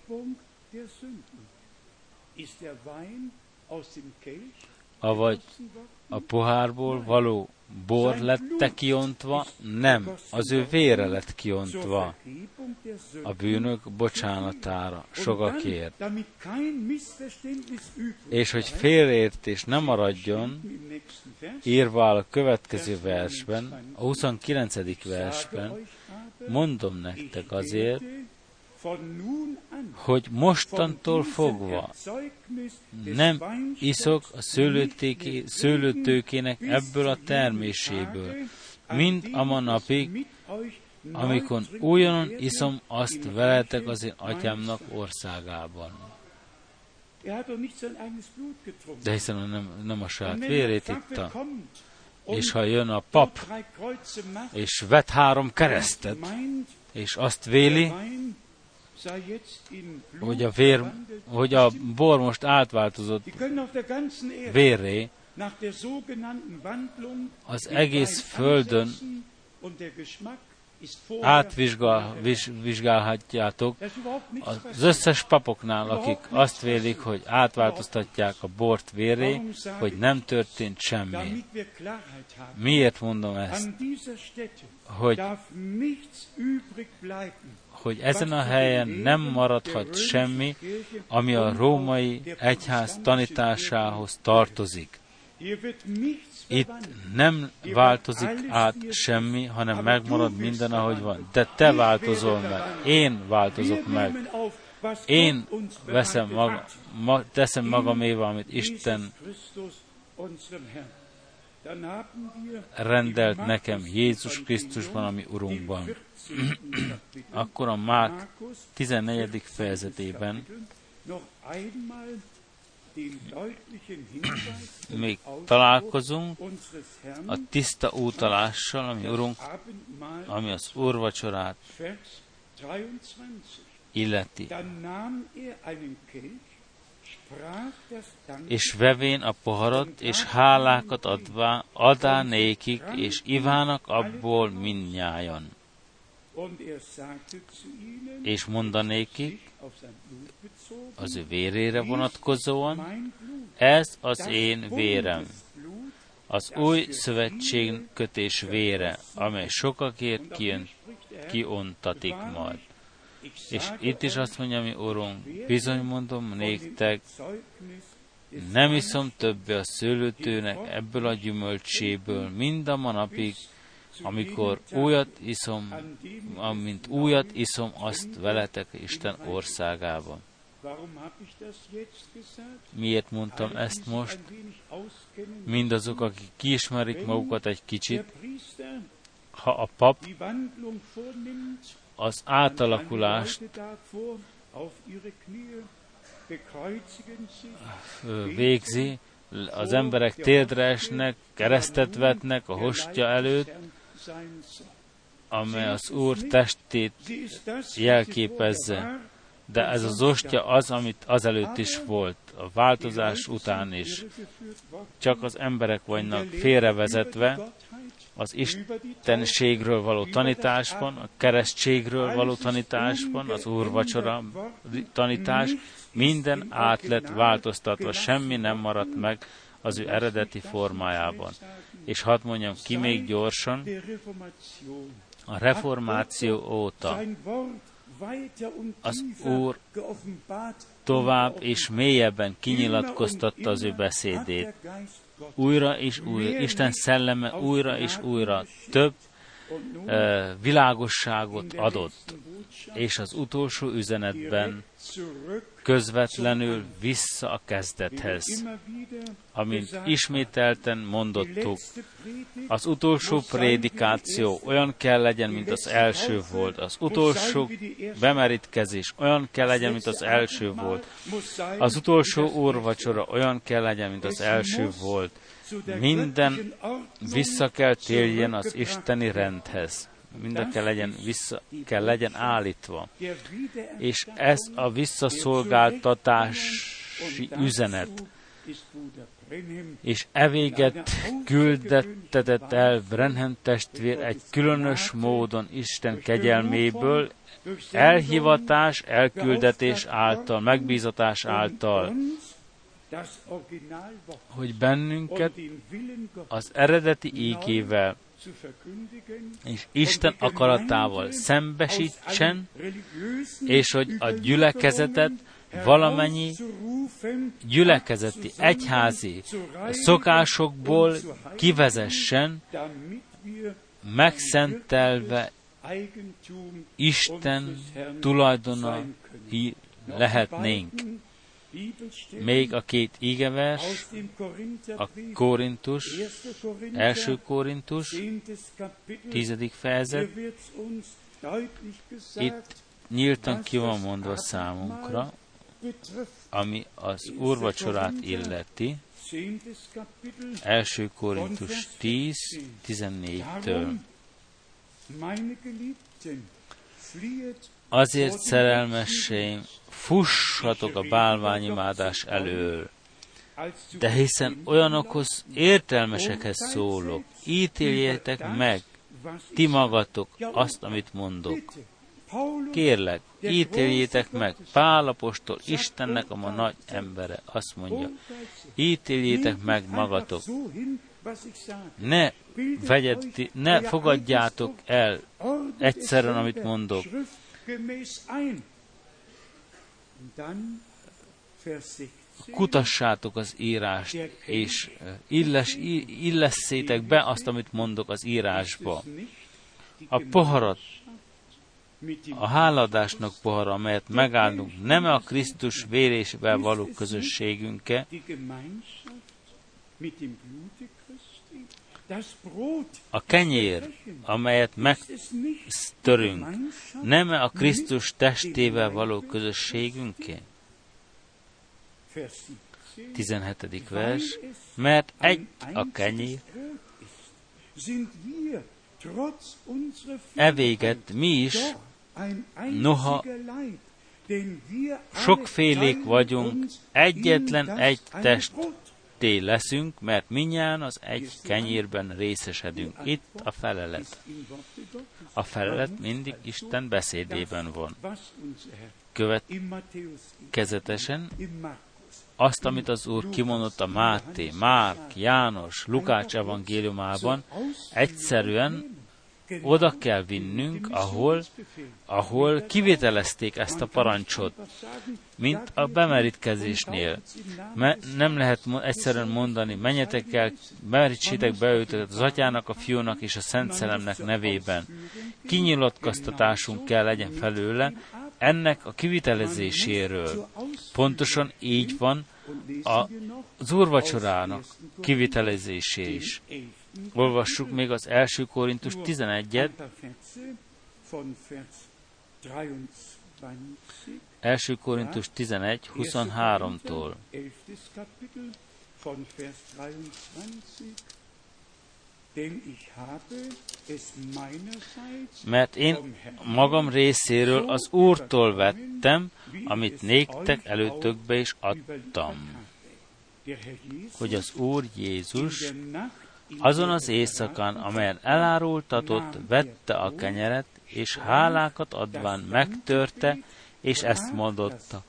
Avagy a pohárból való bor lett kiontva? Nem, az ő vére lett kiontva a bűnök bocsánatára, sokakért. És hogy félreértés nem maradjon, írva áll a következő versben, a huszonkilencedik versben, mondom nektek azért, hogy mostantól fogva nem iszok a szőlőtőkének ebből a terméséből, mint a ma napig, amikor újonnan iszom azt veletek az én atyámnak országában. De hiszen nem, nem a saját vérét itta. És ha jön a pap, és vet három keresztet, és azt véli, hogy a, vér, hogy a bor most átváltozott vérré, az egész földön átvizsgálhatjátok az összes papoknál, akik azt vélik, hogy átváltoztatják a bort vérré, hogy nem történt semmi. Miért mondom ezt? Hogy, hogy ezen a helyen nem maradhat semmi, ami a római egyház tanításához tartozik. Itt nem változik át semmi, hanem megmarad minden, ahogy van. De te változol meg, én változok meg. Én veszem maga, ma, teszem magaméva, amit Isten rendelt nekem Jézus Krisztusban, ami Urunkban. Akkor a Márk tizennegyedik fejezetében még találkozunk a tiszta utalással, ami Urunk, ami az úrvacsorát illeti. És vevén a poharat, és hálákat advá, adá nékik, és ivának abból mindnyájan. És mondanékik, az ő vérére vonatkozóan, ez az én vérem, az új szövetség kötés vére, amely sokakért kijön, kiontatik majd. És itt is azt mondja, mi Urunk, bizony mondom néktek, nem iszom többé a szőlőtőnek ebből a gyümölcséből mind a manapig, amikor újat iszom, amint újat iszom, azt veletek Isten országában. Miért mondtam ezt most? Mindazok, akik kiismerik magukat egy kicsit, ha a pap az átalakulást végzi, az emberek térdre esnek, keresztet vetnek a hostya előtt, amely az Úr testét jelképezze. De ez az ostya az, amit azelőtt is volt, a változás után is. Csak az emberek vannak félrevezetve az istenségről való tanításban, a keresztségről való tanításban, az úrvacsora tanítás, minden át lett változtatva, semmi nem maradt meg az ő eredeti formájában. És hadd mondjam ki még gyorsan, a reformáció óta az Úr tovább és mélyebben kinyilatkoztatta az ő beszédét. Újra és újra, Isten szelleme újra és újra több uh, világosságot adott, és az utolsó üzenetben közvetlenül vissza a kezdethez. Amint ismételten mondottuk, az utolsó prédikáció olyan kell legyen, mint az első volt. Az utolsó bemerítkezés olyan kell legyen, mint az első volt. Az utolsó úrvacsora olyan kell legyen, mint az első volt. Minden vissza kell térjen az isteni rendhez. Minden kell legyen, vissza, kell legyen állítva. És ez a visszaszolgáltatási üzenet. És evéget küldettetett el Branham testvér egy különös módon Isten kegyelméből, elhivatás, elküldetés által, megbízatás által, hogy bennünket az eredeti ígével és Isten akaratával szembesítsen, és hogy a gyülekezetet valamennyi gyülekezeti, egyházi szokásokból kivezessen, megszentelve Isten tulajdona lehetnénk. Még a két ígevers, a Korintus, első Korintus, tizedik fejezet, itt nyíltan ki van mondva számunkra, ami az úrvacsorát illeti, első Korintus tíz, tizennégytől. Azért, szerelmeseim, fussatok a bálványimádás elől, de hiszen olyanokhoz, értelmesekhez szólok, ítéljétek meg, ti magatok azt, amit mondok. Kérlek, ítéljétek meg, Pál apostol, Istennek a ma nagy embere, azt mondja, ítéljétek meg magatok. Ne vegyed, ne fogadjátok el egyszerűen, amit mondok. Kutassátok az írást, és illes, illesszétek be azt, amit mondok az írásba. A poharat, a háladásnak pohara, amelyet megáldunk, nem a Krisztus vérésével való közösségünke, a kenyér, amelyet megtörünk, nem a Krisztus testével való közösségünké? tizenhetedik vers, mert egy a kenyér, evéget mi is, noha sokfélék vagyunk, egyetlen egy testé leszünk, mert mindnyájan az egy kenyérben részesedünk. Itt a felelet. A felelet mindig Isten beszédében van. Következetesen azt, amit az Úr kimondott a Máté, Márk, János, Lukács evangéliumában, egyszerűen oda kell vinnünk, ahol, ahol kivitelezték ezt a parancsot, mint a bemerítkezésnél. Me- nem lehet mo- egyszerűen mondani, menjetek el, bemerítsétek be őket az Atyának, a Fiúnak és a Szent Szellemnek nevében. Kinyilatkoztatásunk kell legyen felőle, ennek a kivitelezéséről. Pontosan így van az úrvacsorának kivitelezésé is. Olvassuk még az első Korintus tizenegyet, első Korintus tizenegy, huszonháromtól. Mert én magam részéről az Úrtól vettem, amit néktek előtökbe is adtam, hogy az Úr Jézus azon az éjszakán, amelyen elárultatott, vette a kenyeret, és hálákat adván megtörte, és ezt mondotta.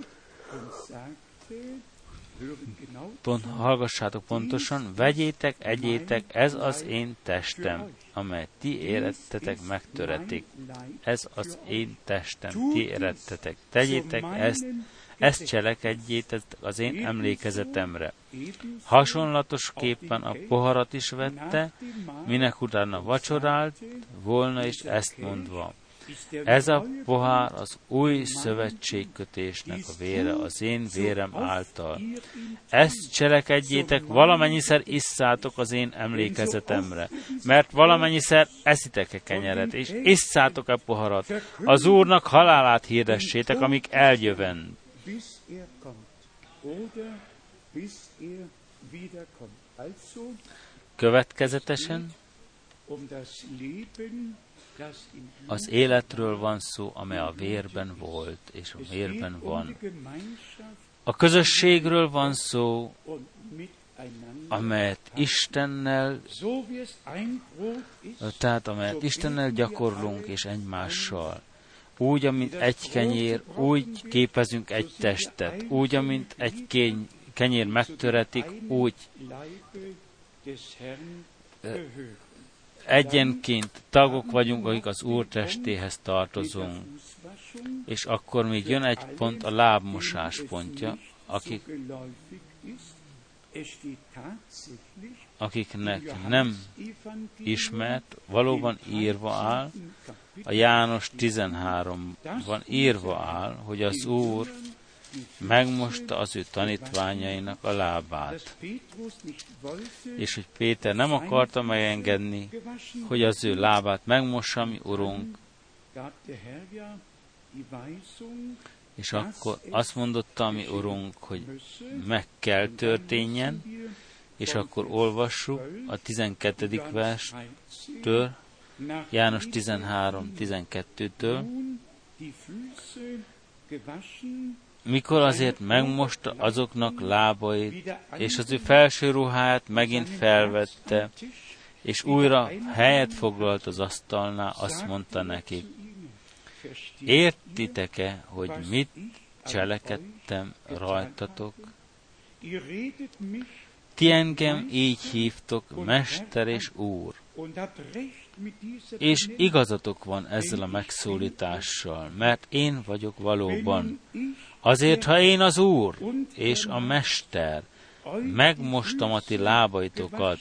Pont, hallgassátok pontosan, vegyétek, egyétek, ez az én testem, amely ti érettetek, megtöretik. Ez az én testem, ti érettetek. Tegyétek ezt, ezt cselekedjétek az én emlékezetemre. Hasonlatosképpen a poharat is vette, minek utána vacsorált volna, és ezt mondva. Ez a pohár az új szövetségkötésnek a vére, az én vérem által. Ezt cselekedjétek, valamennyiszer isszátok az én emlékezetemre, mert valamennyiszer eszitek a kenyeret, és isszátok a poharat. Az Úrnak halálát hirdessétek, amíg eljövend. Következetesen az életről van szó, amely a vérben volt, és a vérben van. A közösségről van szó, amelyet Istennel, tehát amelyet Istennel gyakorlunk, és egymással. Úgy, amint egy kenyér, úgy képezünk egy testet. Úgy, amint egy kény, kenyér megtöretik, úgy egyenként tagok vagyunk, akik az Úr testéhez tartozunk. És akkor még jön egy pont, a lábmosás pontja, akik, akiknek nem ismert, valóban írva áll, a János tizenháromban írva áll, hogy az Úr megmosta az ő tanítványainak a lábát. És hogy Péter nem akarta megengedni, hogy az ő lábát megmossa, mi Urunk. És akkor azt mondotta, mi Urunk, hogy meg kell történjen, és akkor olvassuk a tizenkettedik verstől, János tizenhárom tizenkettőtől, mikor azért megmosta azoknak lábait, és az ő felső ruháját megint felvette, és újra helyet foglalt az asztalnál, azt mondta nekik, értitek-e, hogy mit cselekedtem rajtatok? Ti engem így hívtok, Mester és Úr. És igazatok van ezzel a megszólítással, mert én vagyok valóban. Azért, ha én az Úr és a Mester megmostam a ti lábaitokat,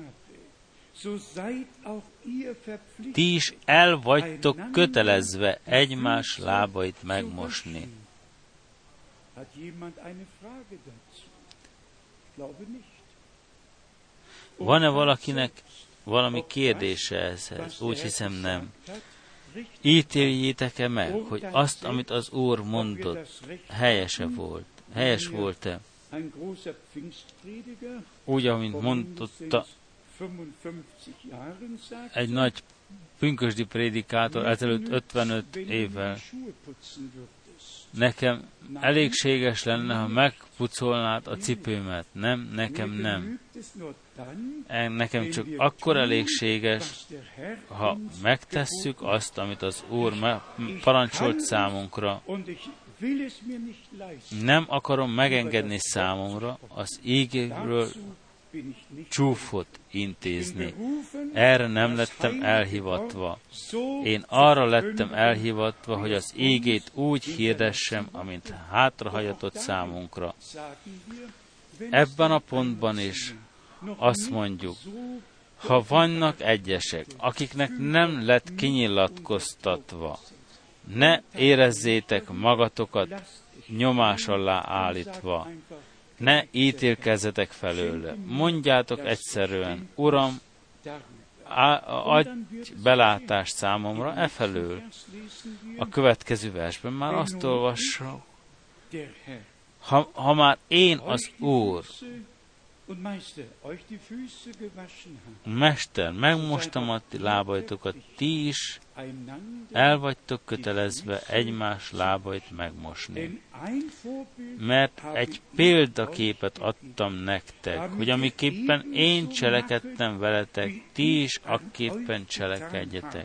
ti is el vagytok kötelezve egymás lábait megmosni. Van-e valakinek valami kérdése ezhez? Úgy hiszem nem. Ítéljétek-e meg, hogy azt, amit az Úr mondott, helyese volt? Helyes volt-e? Úgy, amint mondotta egy nagy pünkösdi prédikátor ezelőtt ötvenöt évvel. Nekem elégséges lenne, ha megpucolnád a cipőmet. Nem, nekem nem. Nekem csak akkor elégséges, ha megtesszük azt, amit az Úr parancsolt számunkra. Nem akarom megengedni számomra az ígéről csúfot intézni. Erre nem lettem elhivatva. Én arra lettem elhivatva, hogy az ígét úgy hirdessem, amint hátrahajatott számunkra. Ebben a pontban is azt mondjuk, ha vannak egyesek, akiknek nem lett kinyilatkoztatva, ne érezzétek magatokat nyomás alá állítva, ne ítélkezzetek felőle. Mondjátok egyszerűen, Uram, adj belátást számomra e felől. A következő versben már azt olvassuk, ha, ha már én az Úr, Mester, megmostam a ti lábaitokat, ti is el vagytok kötelezve egymás lábait megmosni. Mert egy példaképet adtam nektek, hogy amiképpen én cselekedtem veletek, ti is akképpen cselekedjetek.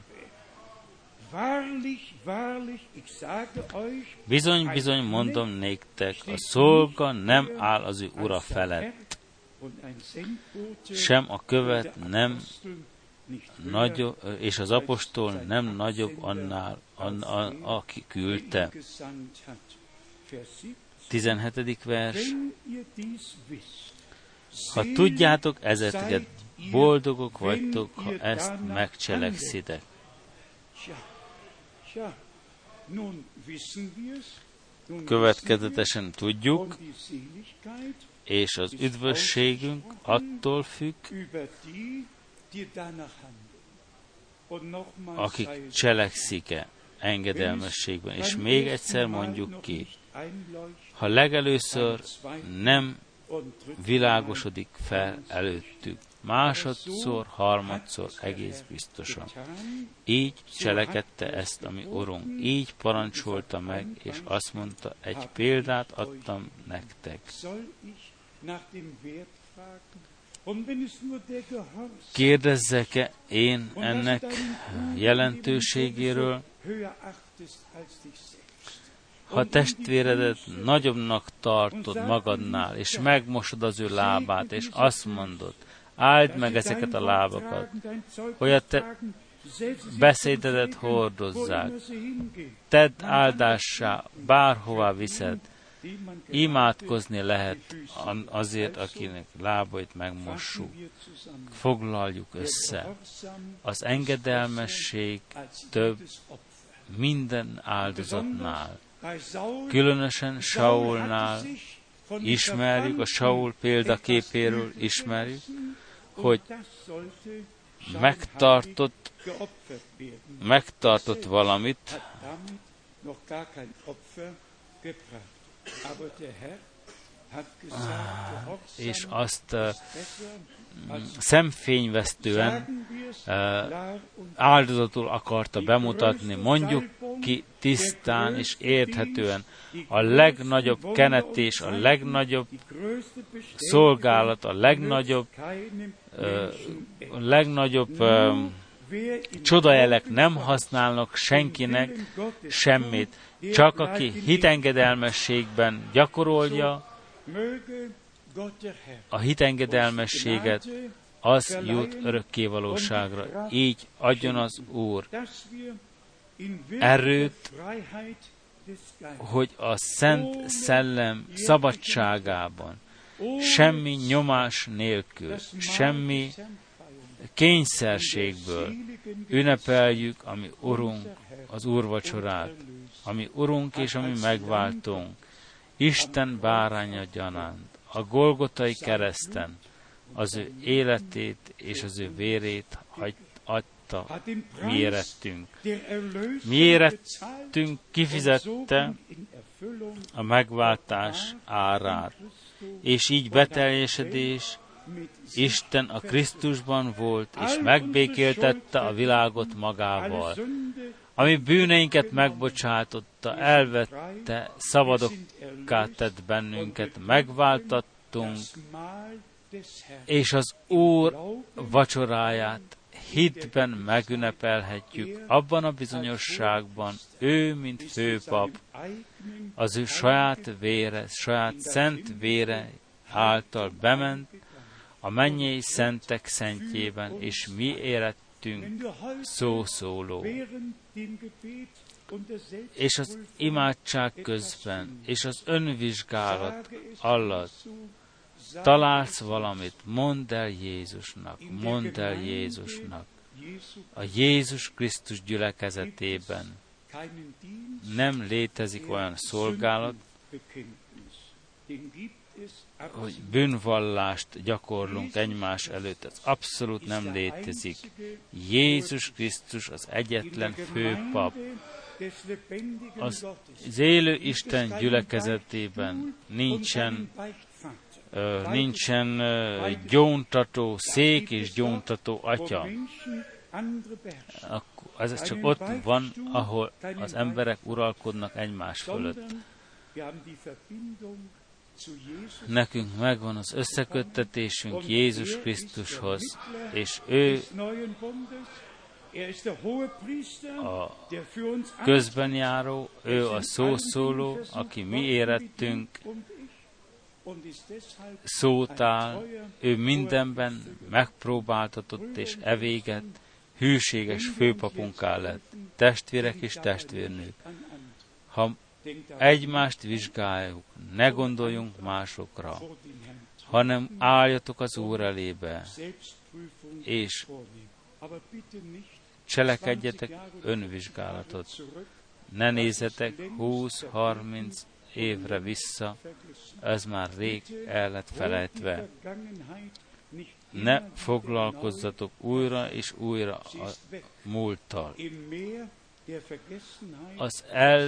Bizony, bizony, mondom néktek, a szolga nem áll az ő ura felett, sem a követ nem nagyobb, és az apostol nem nagyobb annál, annál aki küldte. tizenhetedik vers. Ha tudjátok ezeteket, boldogok vagytok, ha ezt megcselekszitek. Következetesen tudjuk, és az üdvösségünk attól függ, akik cselekszik-e engedelmességben. És még egyszer mondjuk ki, ha legelőször nem világosodik fel előttük, másodszor, harmadszor egész biztosan. Így cselekedte ezt a mi Urunk, így parancsolta meg, és azt mondta, egy példát adtam nektek. Kérdezzek-e én ennek jelentőségéről? Ha testvéredet nagyobbnak tartod magadnál, és megmosod az ő lábát, és azt mondod, áld meg ezeket a lábakat, hogy a te beszédedet hordozzák, tedd áldássá, bárhová viszed, imádkozni lehet azért, akinek lábait megmossuk. Foglaljuk össze. Az engedelmesség több minden áldozatnál. Különösen Saulnál ismerjük, a Saul példaképéről ismerjük, hogy megtartott, megtartott valamit, és azt uh, szemfényvesztően uh, áldozatul akarta bemutatni, mondjuk ki tisztán és érthetően. A legnagyobb kenetés, a legnagyobb szolgálat, a legnagyobb, uh, a legnagyobb uh, csodajelek nem használnak senkinek semmit. Csak aki hitengedelmességben gyakorolja a hitengedelmességet, az jut örökkévalóságra. Így adjon az Úr erőt, hogy a Szent Szellem szabadságában, semmi nyomás nélkül, semmi kényszerségből ünnepeljük a mi Urunk, az úrvacsorát, ami Urunk és ami megváltunk, Isten báránya gyanánt, a Golgotai kereszten az ő életét és az ő vérét adta mi érettünk. Mi érettünk kifizette a megváltás árát, és így beteljesedés Isten a Krisztusban volt, és megbékéltette a világot magával. Ami bűneinket megbocsátotta, elvette, szabadokká tett bennünket, megváltattunk, és az Úr vacsoráját hitben megünnepelhetjük, abban a bizonyosságban, ő, mint főpap, az ő saját vére, saját szent vére által bement a mennyei szentek szentjében, és mi érettünk szószóló. És az imádság közben, és az önvizsgálat alatt találsz valamit, mondd el Jézusnak, mondd el Jézusnak. A Jézus Krisztus gyülekezetében nem létezik olyan szolgálat, hogy bűnvallást gyakorlunk egymás előtt. Ez abszolút nem létezik. Jézus Krisztus az egyetlen főpap. Az, az élő Isten gyülekezetében nincsen, uh, nincsen uh, gyóntató szék és gyóntató atya. Ez csak ott van, ahol az emberek uralkodnak egymás fölött. Nekünk megvan az összeköttetésünk Jézus Krisztushoz, és ő a közbenjáró, ő a szószóló, aki mi érettünk, szótál, ő mindenben megpróbáltatott és evéget, hűséges főpapunká lett, testvérek és testvérnők. Ha egymást vizsgáljuk, ne gondoljunk másokra, hanem álljatok az Úr elébe, és cselekedjetek önvizsgálatot. Ne nézzetek húsz-harminc évre vissza, ez már rég el lett felejtve. Ne foglalkozzatok újra és újra a múlttal. Az el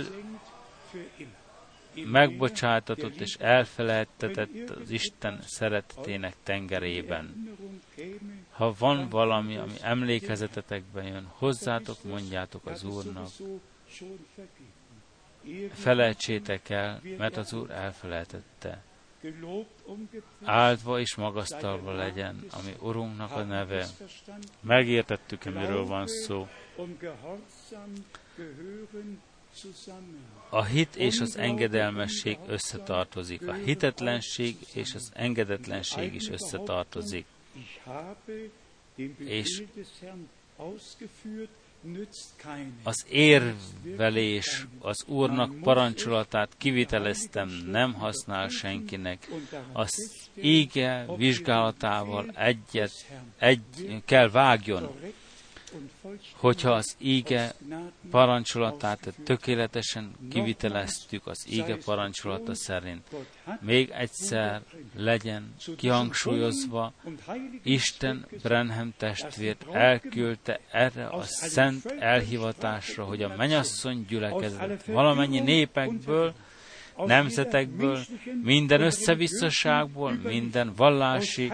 megbocsátatott és elfelejtetett az Isten szeretetének tengerében. Ha van valami, ami emlékezetetekben jön, hozzátok, mondjátok az Úrnak, felejtsétek el, mert az Úr elfelejtette. Áldva és magasztalva legyen, ami Urunknak a neve. Megértettük, miről van szó. A hit és az engedelmesség összetartozik. A hitetlenség és az engedetlenség is összetartozik. És az érvelés, az Úrnak parancsolatát kiviteleztem, nem használ senkinek. Az íge vizsgálatával egyet, egy kell vágjon. Hogyha az íge parancsolatát tökéletesen kiviteleztük az íge parancsolata szerint, még egyszer legyen kihangsúlyozva, Isten Branham testvért elküldte erre a szent elhivatásra, hogy a mennyasszony gyülekezet valamennyi népekből, nemzetekből, minden összevisszaságból, minden vallási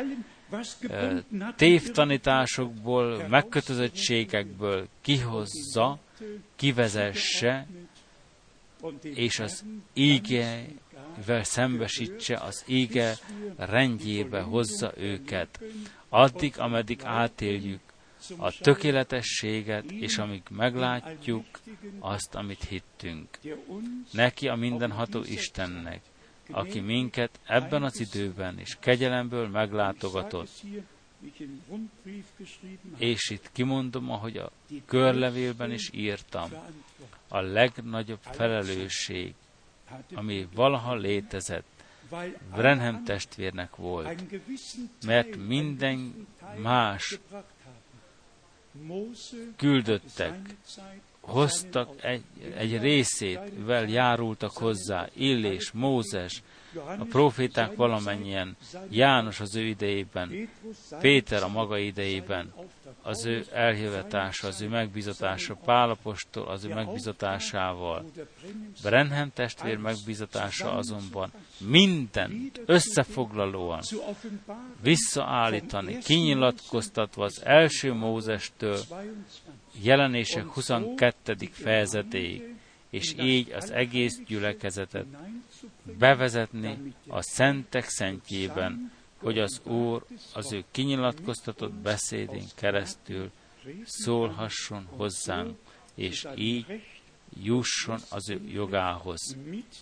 tévtanításokból, megkötözöttségekből kihozza, kivezesse, és az ígével szembesítse, az íge rendjébe hozza őket. Addig, ameddig átéljük a tökéletességet, és amíg meglátjuk azt, amit hittünk. Neki, a mindenható Istennek, aki minket ebben az időben és kegyelemből meglátogatott. És itt kimondom, ahogy a körlevélben is írtam, a legnagyobb felelősség, ami valaha létezett, Branham testvérnek volt, mert minden más küldöttek, hoztak egy, egy részét, vel járultak hozzá, Illés, Mózes, a proféták valamennyien, János az ő idejében, Péter a maga idejében, az ő elhivatása, az ő megbizatása, Pál apostol az ő megbizatásával. Branham testvér megbizatása azonban mindent összefoglalóan visszaállítani, kinyilatkoztatva az első Mózestől Jelenések huszonkettedik fejezetéig, és így az egész gyülekezetet bevezetni a szentek szentjében, hogy az Úr az ő kinyilatkoztatott beszédén keresztül szólhasson hozzánk, és így jusson az ő jogához.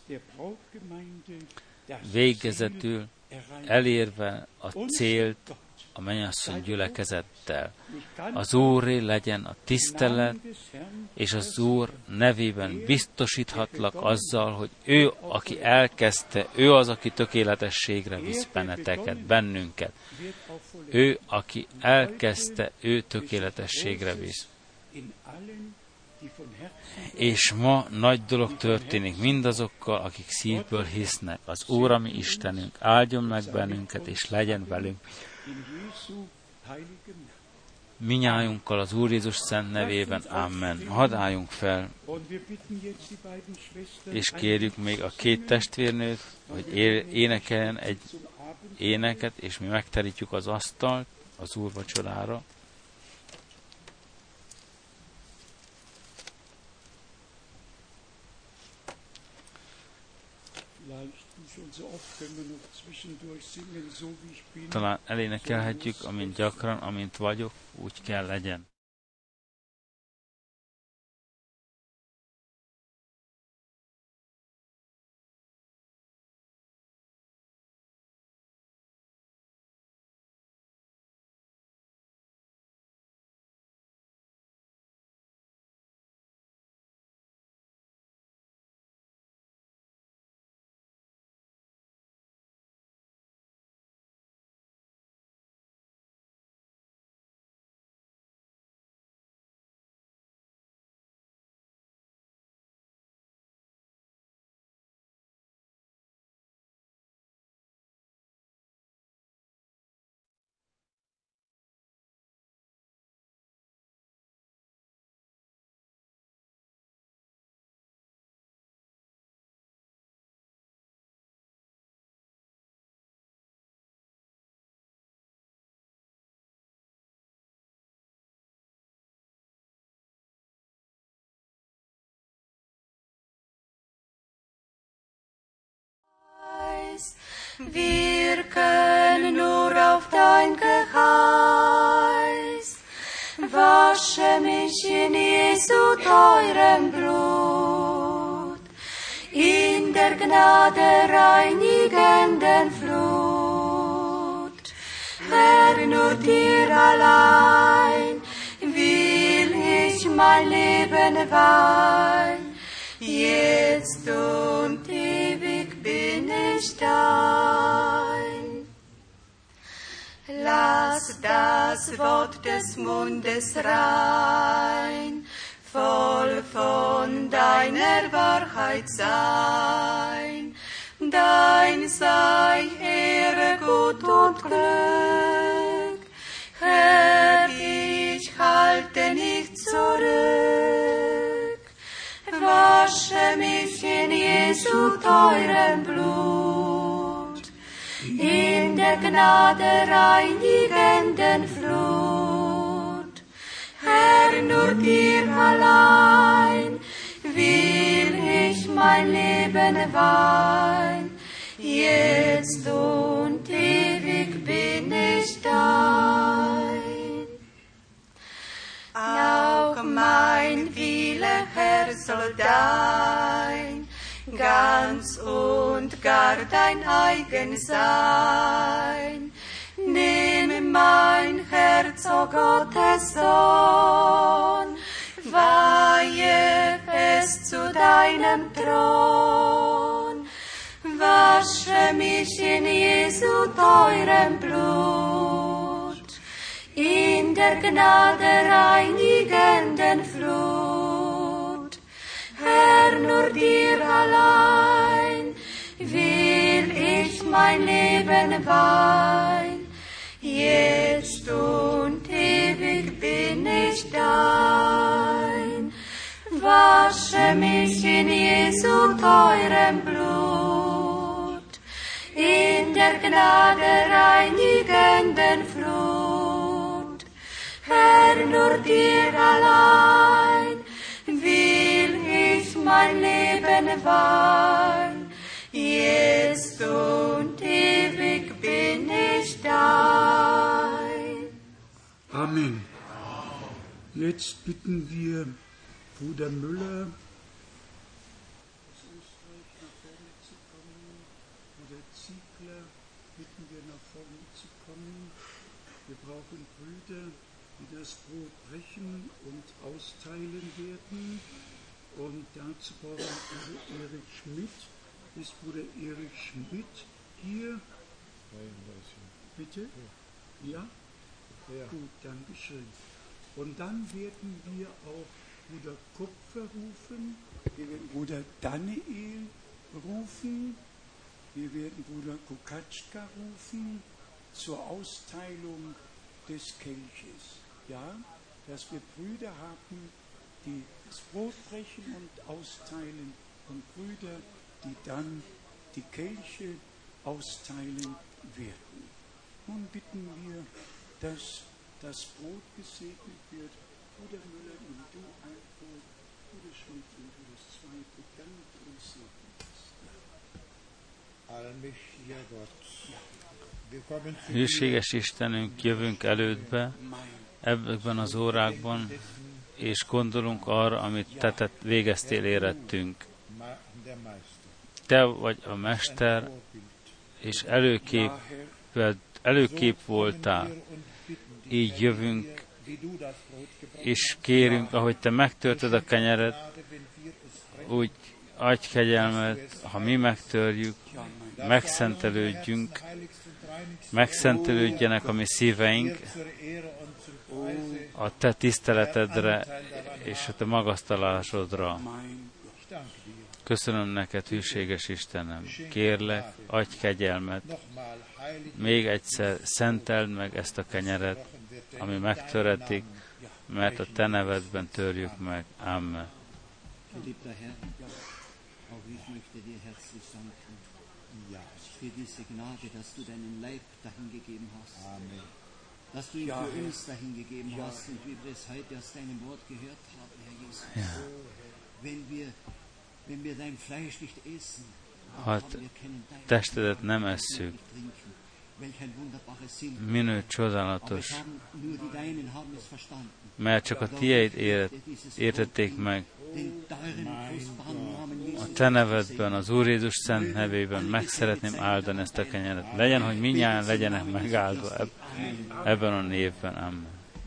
Végezetül elérve a célt, a mennyasszony gyülekezettel. Az Úré legyen a tisztelet, és az Úr nevében biztosíthatlak azzal, hogy ő, aki elkezdte, ő az, aki tökéletességre visz benneteket, bennünket. Ő, aki elkezdte, ő tökéletességre visz. És ma nagy dolog történik mindazokkal, akik szívből hisznek. Az Úr, ami Istenünk, áldjon meg bennünket, és legyen velünk. Minnyájunkkal az Úr Jézus szent nevében. Amen. Hadd álljunk fel, és kérjük még a két testvérnőt, hogy énekeljen egy éneket, és mi megterítjük az asztalt az Úr vacsorára. Talán elénekelhetjük, amint gyakran, amint vagyok, úgy kell legyen. Wir können nur auf dein Geheiß. Wasche mich in Jesu teurem Blut, in der Gnade reinigenden Flut. Herr, nur dir allein will ich mein Leben weihen, jetzt und ewig bin ich dein. Lass das Wort des Mundes rein, voll von deiner Wahrheit sein. Dein sei Ehre, Gut und Glück. Herr, ich halte nicht zurück. Wasche mich in Jesu teurem Blut, in der Gnade reinigenden Flut. Herr, nur dir allein will ich mein Leben weihen, jetzt und ewig bin ich dein. Auch mein Wille, Herr, soll dein, ganz und gar dein eigen sein. Nimm mein Herz, o Gottes Sohn, weihe es zu deinem Thron. Wasche mich in Jesu teurem Blut, in der Gnade reinigenden Flut. Herr, nur dir allein will ich mein Leben weihen, jetzt und ewig bin ich dein. Wasche mich in Jesu teurem Blut, in der Gnade reinigenden Flut. Herr, nur dir allein will ich mein Leben weihen, jetzt und ewig bin ich dein. Amen. Jetzt bitten wir Bruder Müller, aus Österreich nach vorne zu kommen. Bruder Ziegler bitten wir nach vorne zu kommen. Wir brauchen Brüder, die das Brot brechen und austeilen werden. Und dazu brauchen wir Bruder Erich Schmidt. Ist Bruder Erich Schmidt hier? Bitte? Ja? Ja. Gut, danke schön. Und dann werden wir auch Bruder Kupfer rufen. Wir werden Bruder Daniel rufen. Wir werden Bruder Kukatschka rufen zur Austeilung des Kelches. Ja, dass wir Brüder haben, die das Brot brechen und austeilen und Brüder, die dann die Kelche austeilen werden. Nun bitten wir, dass das Brot gesegnet wird. Bruder Müller, nimm du ein Brot. Bruder Schmidt, nimm du das zweite. Danke und segne es. Allmächtiger Gott, Hűséges Istenünk, jövünk elődbe ebben az órákban, és gondolunk arra, amit te tett, végeztél érettünk. Te vagy a Mester, és előkép, előkép voltál. Így jövünk, és kérünk, ahogy te megtörted a kenyeret, úgy adj kegyelmet, ha mi megtörjük, megszentelődjünk, megszentelődjenek a mi szíveink a te tiszteletedre és a te magasztalásodra. Köszönöm neked, hűséges Istenem. Kérlek, adj kegyelmet, még egyszer szenteld meg ezt a kenyeret, ami megtöretik, mert a te nevedben törjük meg. Amen. Für diese Gnade, dass du deinen Leib dahingegeben hast. Amen. Dass du ihn ja, für uns dahingegeben ja. hast und wie wir das heute aus deinem Wort gehört haben, Herr Jesus. Ja. Wenn wir, wenn wir dein Fleisch nicht essen, ha testedet nem esszük, minő csodálatos, mert csak a tiéd ért, értették meg. A te nevedben, az Úr Jézus szent nevében meg szeretném áldani ezt a kenyeret. Legyen, hogy mindnyájan legyenek megáldva eb- ebben a névben. Amen.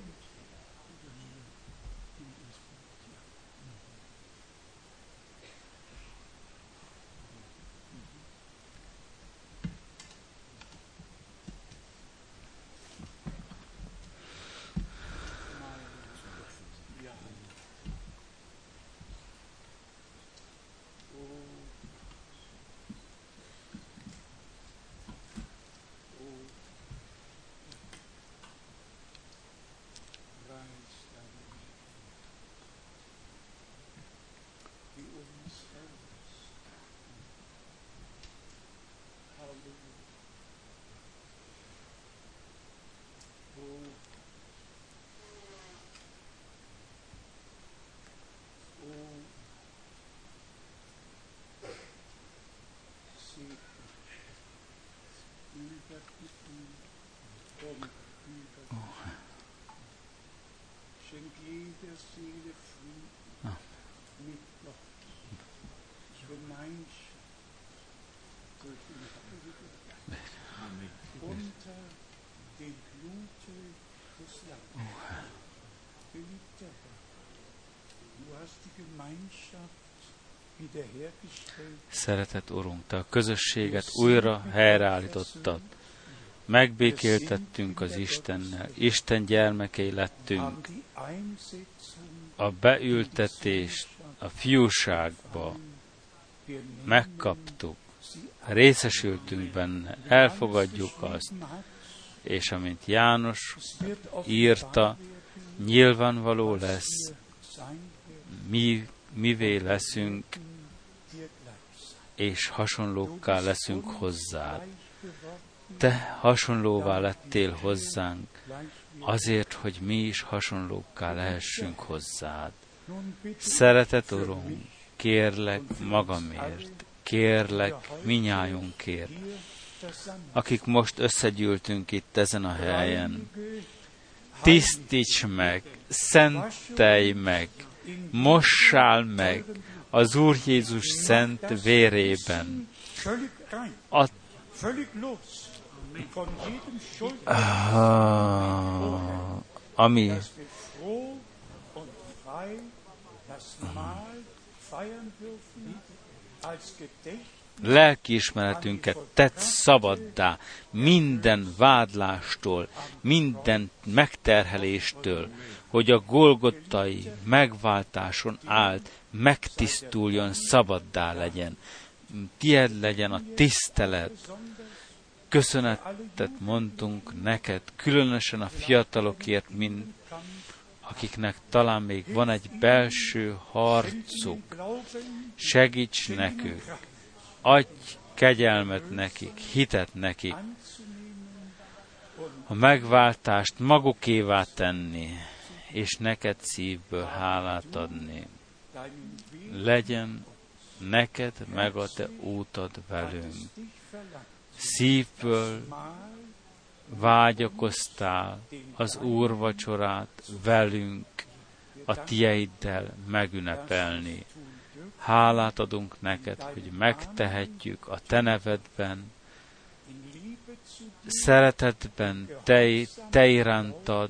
Szeretett Urunk, te a közösséget újra helyreállítottad. Megbékéltettünk az Istennel, Isten gyermekei lettünk. A beültetést a fiúságba megkaptuk, részesültünk benne, elfogadjuk azt, és amint János írta, nyilvánvaló lesz, mi, mivé leszünk, és hasonlókká leszünk hozzád. Te hasonlóvá lettél hozzánk, azért, hogy mi is hasonlókká lehessünk hozzád. Szeretett Urunk, kérlek magamért, kérlek minnyájunkért, akik most összegyűltünk itt ezen a helyen. Tisztíts meg, szentelj meg, mossál meg az Úr Jézus szent vérében. A Ah, ami lelkiismeretünket tett szabaddá minden vádlástól, minden megterheléstől, hogy a golgottai megváltáson állt, megtisztuljon, szabaddá legyen. Tied legyen a tisztelet. Köszönetet mondtunk neked, különösen a fiatalokért, mind akiknek talán még van egy belső harcuk. Segíts nekük, adj kegyelmet nekik, hitet nekik, a megváltást magukévá tenni, és neked szívből hálát adni. Legyen neked meg a te útad velünk. Szívből vágyakoztál az úrvacsorát velünk a tieiddel megünnepelni. Hálát adunk neked, hogy megtehetjük a te nevedben, szeretetben, te, te irántad,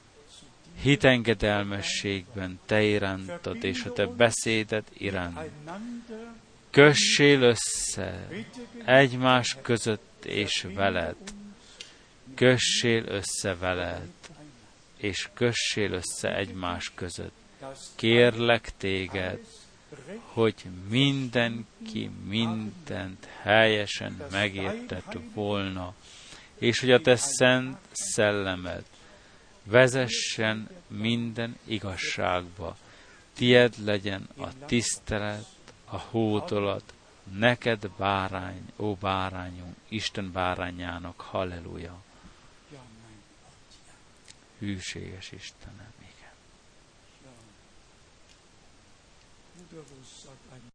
hitengedelmességben te irántad, és a te beszéded iránt. Kössél össze egymás között és veled. Kössél össze veled, és kössél össze egymás között. Kérlek téged, hogy mindenki mindent helyesen megértett volna, és hogy a te szent szellemed vezessen minden igazságba. Tied legyen a tisztelet, a hódolat, neked bárány, ó bárányunk, Isten bárányának, halleluja. Hűséges Istenem, igen.